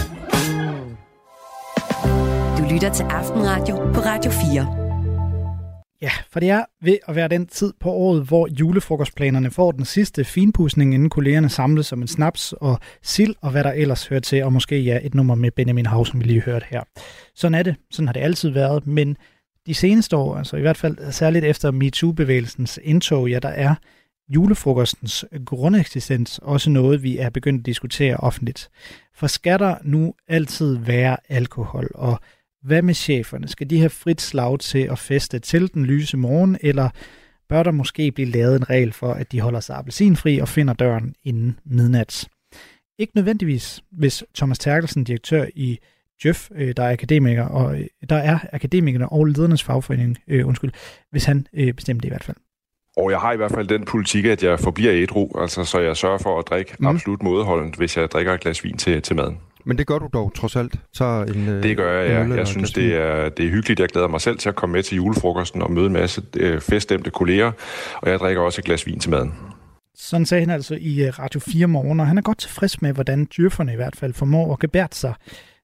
Du lytter til Aftenradio på Radio fire. Ja, for det er ved at være den tid på året, hvor julefrokostplanerne får den sidste finpudsning, inden kollegerne samles som en snaps og sild, og hvad der ellers hører til, og måske ja, et nummer med Benjamin Hav, som vi lige hørte her. Sådan er det. Sådan har det altid været, men de seneste år, altså i hvert fald særligt efter MeToo-bevægelsens indtog, ja, der er julefrokostens grundeksistens også noget, vi er begyndt at diskutere offentligt. For skal der nu altid være alkohol, og hvad med cheferne? Skal de have frit slag til at feste til den lyse morgen, eller bør der måske blive lavet en regel for, at de holder sig appelsinfri og finder døren inden midnat? Ikke nødvendigvis, hvis Thomas Terkelsen, direktør i Djøf, der er akademiker, og der er akademikerne og ledernes fagforening, øh, undskyld, hvis han øh, bestemte det i hvert fald. Og jeg har i hvert fald den politik, at jeg forbliver ædru, altså så jeg sørger for at drikke mm. absolut mådeholdent, hvis jeg drikker et glas vin til, til maden. Men det gør du dog trods alt? Så en, det gør jeg, ja. Jeg, jeg synes, det er, det er hyggeligt. Jeg glæder mig selv til at komme med til julefrokosten og møde en masse øh, feststemte kolleger, og jeg drikker også et glas vin til maden. Sådan sagde han altså i Radio fire morgen, og han er godt tilfreds med, hvordan djøfferne i hvert fald formår at gebærde sig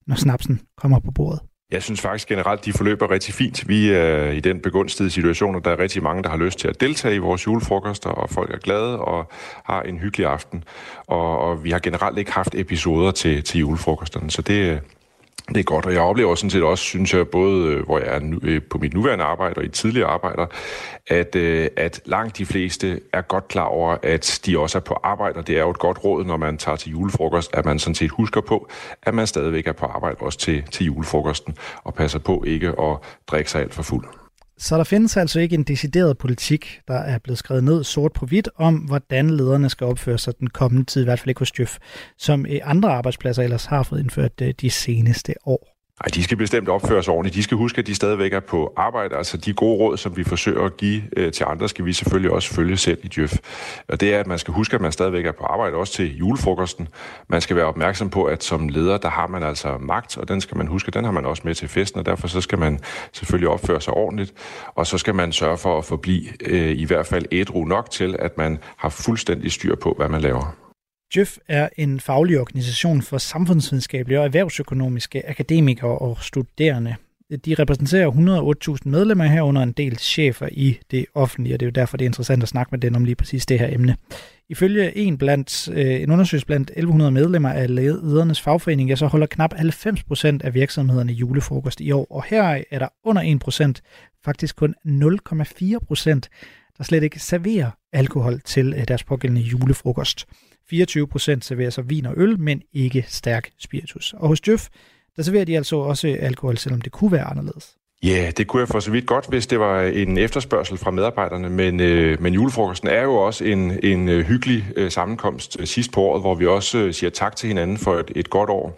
når snapsen kommer på bordet? Jeg synes faktisk generelt, de forløber rigtig fint. Vi er i den begunstigede situation, og der er rigtig mange, der har lyst til at deltage i vores julefrokoster, og folk er glade og har en hyggelig aften. Og, og vi har generelt ikke haft episoder til, til julefrokosterne, så det, det er godt. Og jeg oplever sådan set også, synes jeg, både hvor jeg er nu, på mit nuværende arbejde og i tidligere arbejder, at, at langt de fleste er godt klar over, at de også er på arbejde, og det er jo et godt råd, når man tager til julefrokost, at man sådan set husker på, at man stadigvæk er på arbejde også til, til julefrokosten, og passer på ikke at drikke sig alt for fuld. Så der findes altså ikke en decideret politik, der er blevet skrevet ned sort på hvidt om, hvordan lederne skal opføre sig den kommende tid, i hvert fald ikke hos Djøf, som andre arbejdspladser ellers har fået indført de seneste år. Nej, de skal bestemt opføre sig ordentligt. De skal huske, at de stadigvæk er på arbejde. Altså de gode råd, som vi forsøger at give øh, til andre, skal vi selvfølgelig også følge selv i Djøf. Og det er, at man skal huske, at man stadigvæk er på arbejde, også til julefrokosten. Man skal være opmærksom på, at som leder, der har man altså magt, og den skal man huske, den har man også med til festen, og derfor så skal man selvfølgelig opføre sig ordentligt. Og så skal man sørge for at forblive øh, i hvert fald ædru nok til, at man har fuldstændig styr på, hvad man laver. Djøf er en faglig organisation for samfundsvidenskabelige og erhvervsøkonomiske akademikere og studerende. De repræsenterer et hundrede og otte tusind medlemmer herunder en del chefer i det offentlige, og det er jo derfor, det er interessant at snakke med dem om lige præcis det her emne. Ifølge en, blandt, en undersøgelse blandt elleve hundrede medlemmer af ledernes fagforening, ja, så holder knap halvfems procent af virksomhederne julefrokost i år, og her er der under en procent, faktisk kun nul komma fire procent, der slet ikke serverer alkohol til deres pågældende julefrokost. fireogtyve procent serverer sig vin og øl, men ikke stærk spiritus. Og hos Djøf, der serverer de altså også alkohol, selvom det kunne være anderledes. Ja, yeah, det kunne jeg for så vidt godt, hvis det var en efterspørgsel fra medarbejderne, men, øh, men julefrokosten er jo også en, en hyggelig øh, sammenkomst øh, sidst på året, hvor vi også øh, siger tak til hinanden for et, et godt år.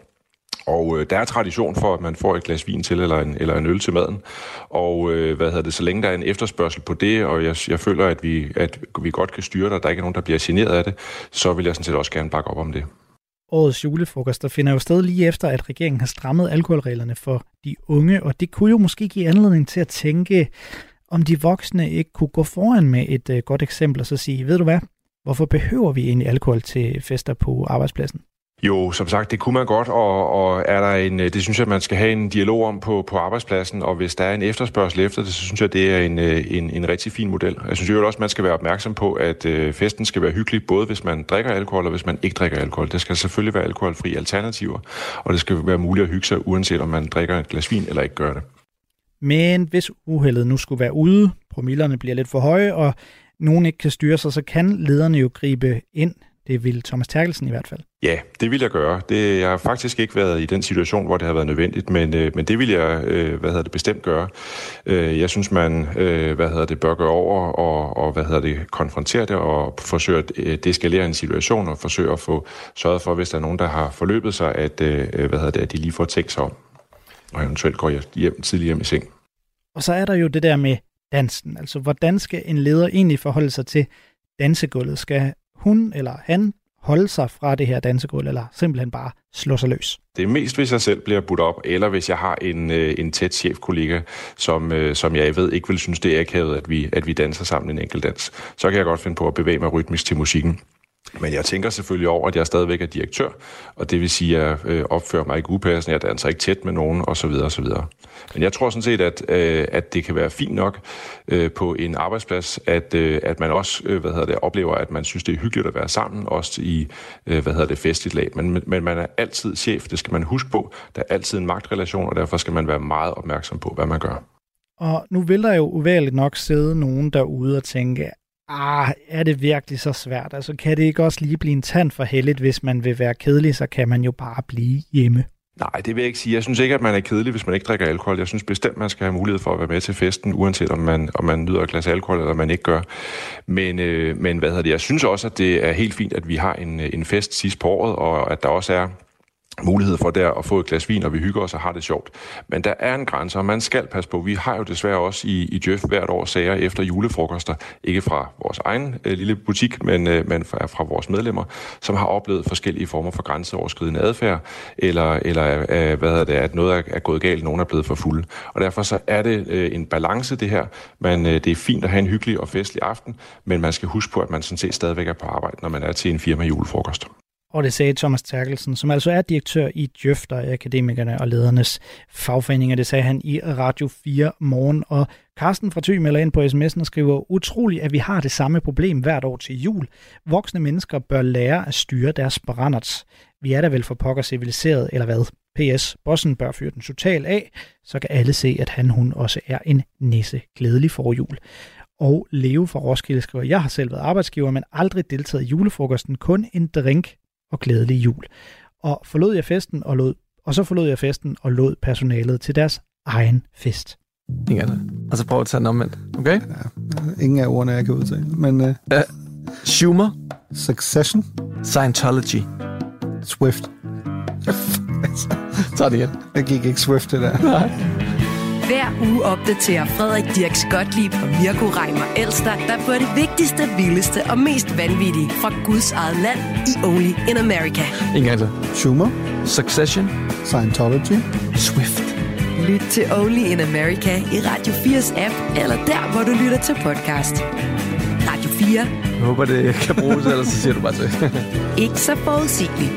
Og øh, der er tradition for, at man får et glas vin til, eller en, eller en øl til maden. Og øh, hvad hedder det, så længe der er en efterspørgsel på det, og jeg, jeg føler, at vi, at vi godt kan styre det, og der ikke er nogen, der bliver generet af det, så vil jeg sådan set også gerne bakke op om det. Årets julefrokost, der finder jo sted lige efter, at regeringen har strammet alkoholreglerne for de unge, og det kunne jo måske give anledning til at tænke, om de voksne ikke kunne gå foran med et øh, godt eksempel, og så sige, ved du hvad, hvorfor behøver vi egentlig alkohol til fester på arbejdspladsen? Jo, som sagt, det kunne man godt, og, og er der en, det synes jeg, man skal have en dialog om på, på arbejdspladsen, og hvis der er en efterspørgsel efter det, så synes jeg, det er en, en, en rigtig fin model. Jeg synes jo også, man skal være opmærksom på, at øh, festen skal være hyggelig, både hvis man drikker alkohol, og hvis man ikke drikker alkohol. Det skal selvfølgelig være alkoholfri alternativer, og det skal være muligt at hygge sig, uanset om man drikker et glas vin eller ikke gør det. Men hvis uheldet nu skulle være ude, promillerne bliver lidt for høje, og nogen ikke kan styre sig, så kan lederne jo gribe ind. Det vil Thomas Terkelsen i hvert fald. Ja, det vil jeg gøre. Det, jeg har faktisk ikke været i den situation, hvor det har været nødvendigt, men, øh, men det vil jeg øh, hvad hedder det, bestemt gøre. Øh, jeg synes, man øh, hvad hedder det, bør gøre over og, og hvad hedder det, konfrontere det og forsøge at øh, deeskalere en situation og forsøge at få sørget for, hvis der er nogen, der har forløbet sig, at, øh, hvad hedder det, at de lige får tænkt sig om og eventuelt går hjem, tidligere hjem i seng. Og så er der jo det der med dansen. Altså, hvordan skal en leder egentlig forholde sig til dansegulvet? Skal hun eller han holde sig fra det her dansegulv, eller simpelthen bare slå sig løs? Det er mest, hvis jeg selv bliver budt op, eller hvis jeg har en, en tæt chefkollega, som, som jeg ved ikke vil synes, det er akavet, at vi, at vi danser sammen en enkelt dans. Så kan jeg godt finde på at bevæge mig rytmisk til musikken. Men jeg tænker selvfølgelig over, at jeg stadigvæk er direktør, og det vil sige, at jeg opfører mig ikke upassende, jeg danser ikke tæt med nogen, osv. osv. Men jeg tror sådan set, at, at det kan være fint nok på en arbejdsplads, at, at man også hvad hedder det, oplever, at man synes, det er hyggeligt at være sammen, også i hvad hedder det, festligt lag. Men, men man er altid chef, det skal man huske på. Der er altid en magtrelation, og derfor skal man være meget opmærksom på, hvad man gør. Og nu vil der jo uvægerligt nok sidde nogen derude og tænke, ah, er det virkelig så svært? Altså, kan det ikke også lige blive en tand for heldigt, hvis man vil være kedelig, så kan man jo bare blive hjemme? Nej, det vil jeg ikke sige. Jeg synes ikke, at man er kedelig, hvis man ikke drikker alkohol. Jeg synes bestemt, man skal have mulighed for at være med til festen, uanset om man, om man nyder et glas alkohol, eller man ikke gør. Men, øh, men hvad hedder det? Jeg synes også, at det er helt fint, at vi har en, en fest sidst på året, og at der også er mulighed for der at få et glas vin, og vi hygger os og har det sjovt. Men der er en grænse, og man skal passe på. Vi har jo desværre også i, i Djøf hvert år sager efter julefrokoster, ikke fra vores egen øh, lille butik, men, øh, men fra, fra vores medlemmer, som har oplevet forskellige former for grænseoverskridende adfærd, eller, eller øh, hvad hedder det, at noget er, er gået galt, nogen er blevet for fulde. Og derfor så er det øh, en balance, det her. Men øh, det er fint at have en hyggelig og festlig aften, men man skal huske på, at man sådan set stadigvæk er på arbejde, når man er til en firma julefrokost. Og det sagde Thomas Terkelsen, som altså er direktør i Djøf, der er akademikerne og ledernes fagforeninger. Det sagde han i Radio fire morgen. Og Carsten fra Thy melder ind på sms'en og skriver, utroligt, at vi har det samme problem hvert år til jul. Voksne mennesker bør lære at styre deres branderts. Vi er da vel for pokker civiliseret, eller hvad? P S. Bossen bør fyre den total af, så kan alle se, at han hun også er en nisse. Glædelig forjul. Og Leo fra Roskilde skriver, jeg har selv været arbejdsgiver, men aldrig deltaget i julefrokosten. Kun en drink og glædelig jul. Og forlod jeg festen og lod, og så forlod jeg festen og lod personalet til deres egen fest. Ingen af det. Og så prøv at tage den omvendt. Okay? Ja, ingen af ordene, jeg kan udtale. Men, uh, uh, Schumer. Succession. Scientology. Swift. Tag det igen. Jeg gik ikke Swift det der. Nej. Hver uge opdaterer Frederik Dirks Gottlieb og Mirko Reimer Elster, der får det vigtigste, vildeste og mest vanvittige fra Guds eget land i Only in America. Ingen af det. Schumer. Succession. Scientology. Swift. Lyt til Only in America i Radio fires app, eller der, hvor du lytter til podcast. Radio fire. Jeg håber, det kan bruges, ellers så siger du bare til. Ikke så forudsigeligt.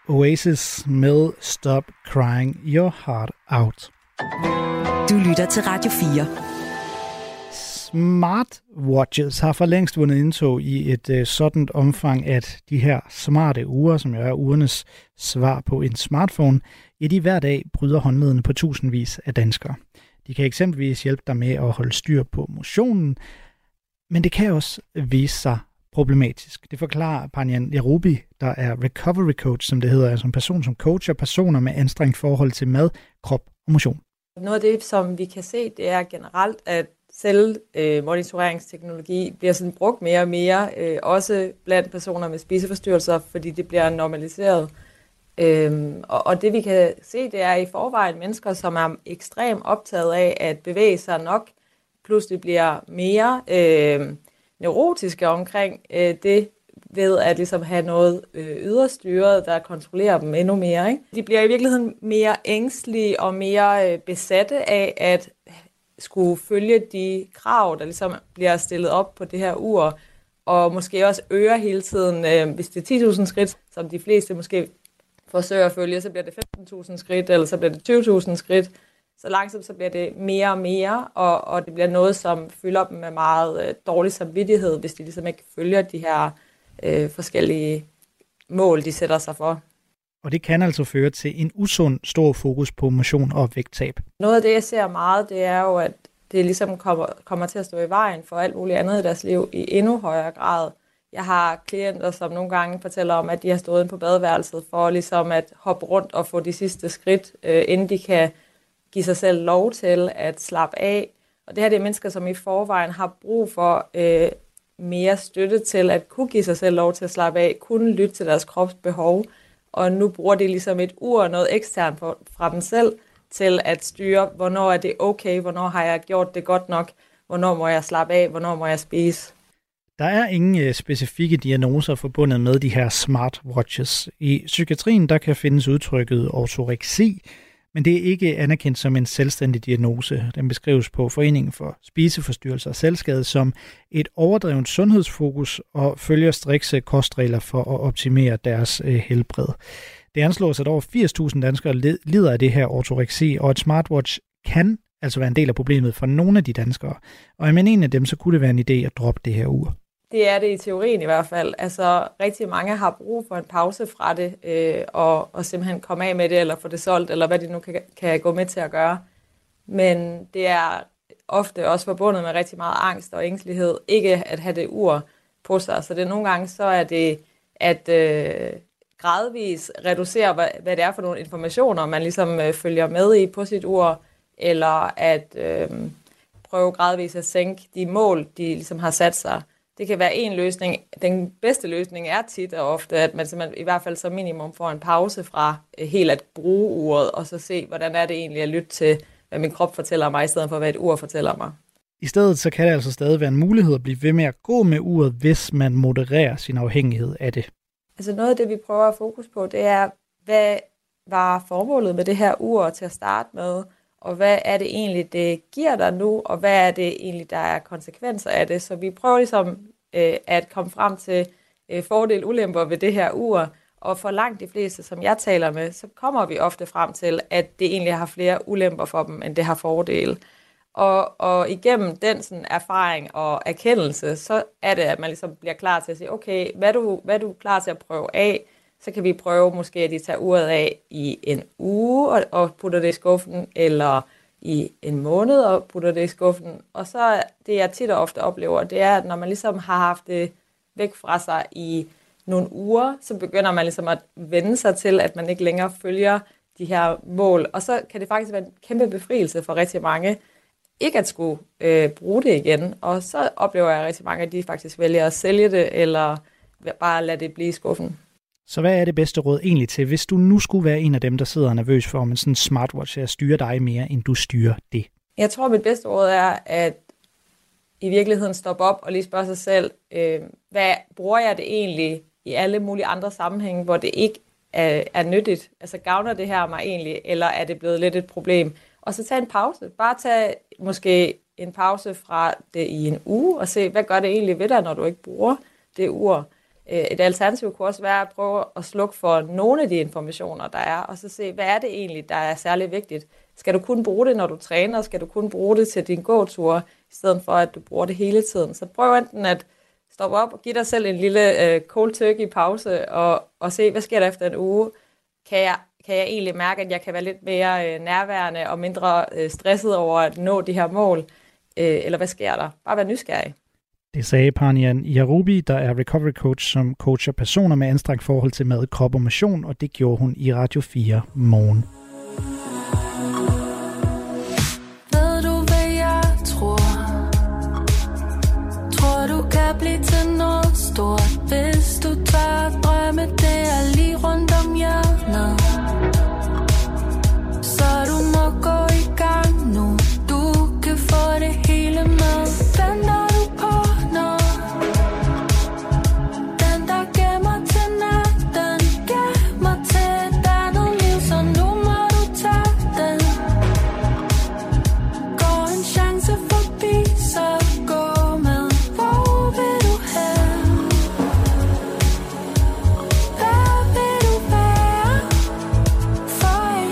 Oasis med Stop Crying Your Heart Out. Du lytter til Radio fire. Smartwatches har for længst vundet indtog i et øh, sådan omfang, at de her smarte ure, som jo er urenes svar på en smartphone, ja, de hver dag bryder håndledene på tusindvis af danskere. De kan eksempelvis hjælpe dig med at holde styr på motionen, men det kan også vise sig problematisk. Det forklarer Panjan Jerubi, der er recovery coach, som det hedder, altså en person, som coacher personer med anstrengt forhold til mad, krop og motion. Noget af det, som vi kan se, det er generelt, at selvmonitoreringsteknologi bliver sådan brugt mere og mere, øh, også blandt personer med spiseforstyrrelser, fordi det bliver normaliseret. Øhm, og, og det vi kan se, det er i forvejen mennesker, som er ekstremt optaget af at bevæge sig nok, pludselig bliver mere øh, neurotiske omkring øh, det, ved at ligesom have noget øh, yderstyret, der kontrollerer dem endnu mere. Ikke? De bliver i virkeligheden mere ængstlige og mere øh, besatte af at skulle følge de krav, der ligesom bliver stillet op på det her ur, og måske også øger hele tiden, øh, hvis det er ti tusind skridt, som de fleste måske forsøger at følge, så bliver det femten tusind skridt, eller så bliver det tyve tusind skridt. Så langsomt så bliver det mere og mere, og, og det bliver noget, som fylder dem med meget øh, dårlig samvittighed, hvis de ligesom ikke følger de her øh, forskellige mål, de sætter sig for. Og det kan altså føre til en usund stor fokus på motion og vægttab. Noget af det, jeg ser meget, det er jo, at det ligesom kommer, kommer til at stå i vejen for alt muligt andet i deres liv i endnu højere grad. Jeg har klienter, som nogle gange fortæller om, at de har stået inde på badeværelset for ligesom at hoppe rundt og få de sidste skridt, øh, inden de kan give sig selv lov til at slappe af. Og det her det er mennesker, som i forvejen har brug for øh, mere støtte til at kunne give sig selv lov til at slappe af, kunne lytte til deres kropsbehov. Og nu bruger de ligesom et ur, noget eksternt fra dem selv, til at styre, hvornår er det okay, hvornår har jeg gjort det godt nok, hvornår må jeg slappe af, hvornår må jeg spise. Der er ingen specifikke diagnoser forbundet med de her smartwatches. I psykiatrien der kan findes udtrykket ortoreksi, men det er ikke anerkendt som en selvstændig diagnose. Den beskrives på Foreningen for Spiseforstyrrelser og Selvskade som et overdrevet sundhedsfokus og følger strikse kostregler for at optimere deres helbred. Det anslås, at over firs tusind danskere lider af det her ortoreksi, og et smartwatch kan altså være en del af problemet for nogle af de danskere. Og er man en af dem, så kunne det være en idé at droppe det her ur. Det er det i teorien i hvert fald. Altså rigtig mange har brug for en pause fra det, øh, og, og simpelthen komme af med det, eller få det solgt, eller hvad de nu kan, kan gå med til at gøre. Men det er ofte også forbundet med rigtig meget angst og ængstelighed, ikke at have det ur på sig. Så det er nogle gange, så er det at øh, gradvis reducere, hvad, hvad det er for nogle informationer, man ligesom øh, følger med i på sit ur, eller at øh, prøve gradvis at sænke de mål, de ligesom har sat sig. Det kan være en løsning. Den bedste løsning er tit og ofte, at man simpelthen i hvert fald som minimum får en pause fra øh, helt at bruge uret, og så se, hvordan er det egentlig at lytte til, hvad min krop fortæller mig, i stedet for, hvad et ur fortæller mig. I stedet så kan det altså stadig være en mulighed at blive ved med at gå med uret, hvis man modererer sin afhængighed af det. Altså noget af det, vi prøver at fokus på, det er, hvad var formålet med det her ur til at starte med, og hvad er det egentlig, det giver dig nu, og hvad er det egentlig, der er konsekvenser af det. Så vi prøver ligesom øh, at komme frem til øh, fordele og ulemper ved det her ur, og for langt de fleste, som jeg taler med, så kommer vi ofte frem til, at det egentlig har flere ulemper for dem, end det har fordele. Og, og igennem den sådan, erfaring og erkendelse, så er det, at man ligesom bliver klar til at sige, okay, hvad er du, hvad er du klar til at prøve af? Så kan vi prøve måske, at de tager uret af i en uge og, og putter det i skuffen, eller i en måned og putter det i skuffen. Og så det, jeg tit og ofte oplever, det er, at når man ligesom har haft det væk fra sig i nogle uger, så begynder man ligesom at vende sig til, at man ikke længere følger de her mål. Og så kan det faktisk være en kæmpe befrielse for rigtig mange, ikke at skulle øh, bruge det igen. Og så oplever jeg rigtig mange, at de faktisk vælger at sælge det, eller bare lade det blive i skuffen. Så hvad er det bedste råd egentlig til, hvis du nu skulle være en af dem, der sidder nervøs for, om en sådan smartwatch er at styre dig mere, end du styrer det? Jeg tror, mit bedste råd er, at i virkeligheden stoppe op og lige spørge sig selv, øh, hvad bruger jeg det egentlig i alle mulige andre sammenhænge, hvor det ikke er, er nyttigt? Altså gavner det her mig egentlig, eller er det blevet lidt et problem? Og så tage en pause. Bare tage måske en pause fra det i en uge, og se, hvad gør det egentlig ved dig, når du ikke bruger det ur? Et alternativ kunne også være at prøve at slukke for nogle af de informationer, der er, og så se, hvad er det egentlig, der er særlig vigtigt. Skal du kun bruge det, når du træner? Skal du kun bruge det til din gåtur, i stedet for, at du bruger det hele tiden? Så prøv enten at stoppe op og give dig selv en lille øh, cold turkey pause, og, og se, hvad sker der efter en uge? Kan jeg, kan jeg egentlig mærke, at jeg kan være lidt mere øh, nærværende og mindre øh, stresset over at nå de her mål? Øh, eller hvad sker der? Bare vær nysgerrig. Det sagde Panian Yarubi, der er recovery coach, som coacher personer med anstrengt forhold til mad, krop og motion, og det gjorde hun i Radio fire morgen. Ved du, hvad jeg tror? Tror du kan blive til noget stort, hvis du tør drømme, det er lige rundt om hjørnet. Så du må gå i gang nu, du kan få det hele med. Venter du på noget? Den der gemmer til natten, gemmer til et andet liv, så nu må du tage den. Går en chance forbi, så gå med. Hvor vil du hen? Hvad vil du være? For en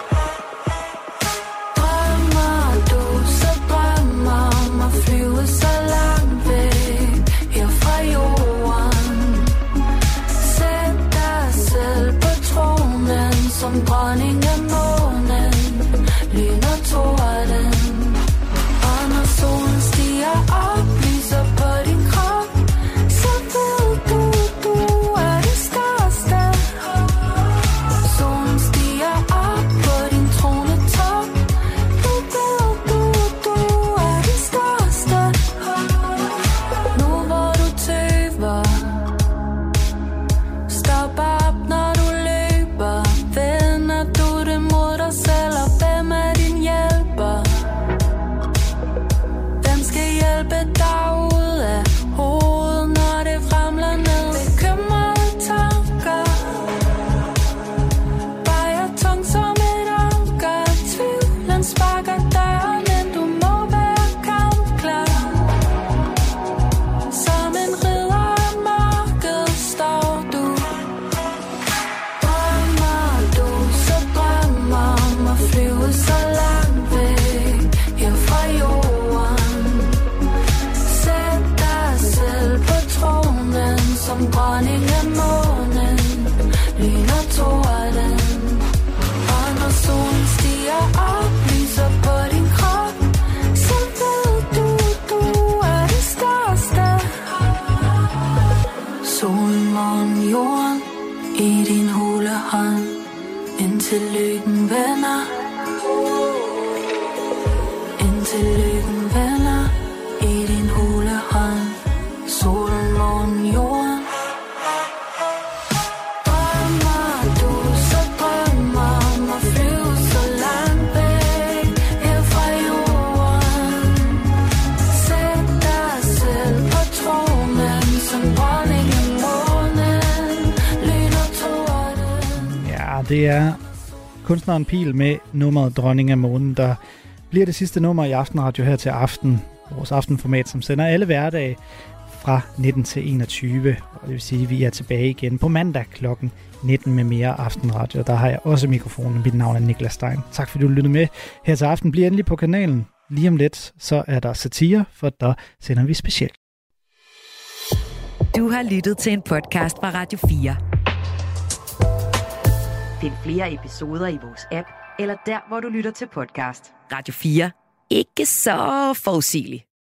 drømmer du, så drømmer om at flyve så langt væk her fra jorden. Sæt dig selv på tronen som dronning af månen, lyn og torden. Og når solen stiger op, lyser på din krop, så ved du, du er det største. Solen stiger op på din tronetop, nu ved du, du er det største. Nu hvor du tøver, stop op når du løber. Vender du det mod dig selv, og hvem er din hjælper? Hvem skal hjælpe dig ud af hovedet, når det ramler ned? Bekymrede tanker vejer tungt som et anker. Tvivlen sparker døren, men du må være kampklar. Som en ridder af mørket står du. Drømmer du, så drømmer om at flyve så langt væk her fra jorden. Sæt dig selv på tronen som dronning af månen, lyn og torden. Og når solen stiger op, lyser på din krop, så ved du, du er det største. Solen, månen, jorden i din hule hånd, indtil lykken vender. Indtil lykken vender i din hule hånd. Solen, månen, jorden. Drømmer du, så drømmer om at flyve så langt væk her fra jorden. Sæt dig selv på tronen som dronning af månen, lyn og torden. Ja, det er kunstneren Pil med nummeret Dronning af Månen, der bliver det sidste nummer i Aftenradio her til aften. Vores aftenformat, som sender alle hverdage fra nitten til enogtyve. Og det vil sige, at vi er tilbage igen på mandag klokken nitten med mere Aftenradio. Der har jeg også mikrofonen. Mit navn er Niklas Stein. Tak fordi du lyttede med her til aften. Bliv endelig på kanalen. Lige om lidt, så er der satire, for der sender vi specielt. Du har lyttet til en podcast fra Radio fire. Find flere episoder i vores app, eller der, hvor du lytter til podcast. Radio fire. Ikke så forudsigeligt.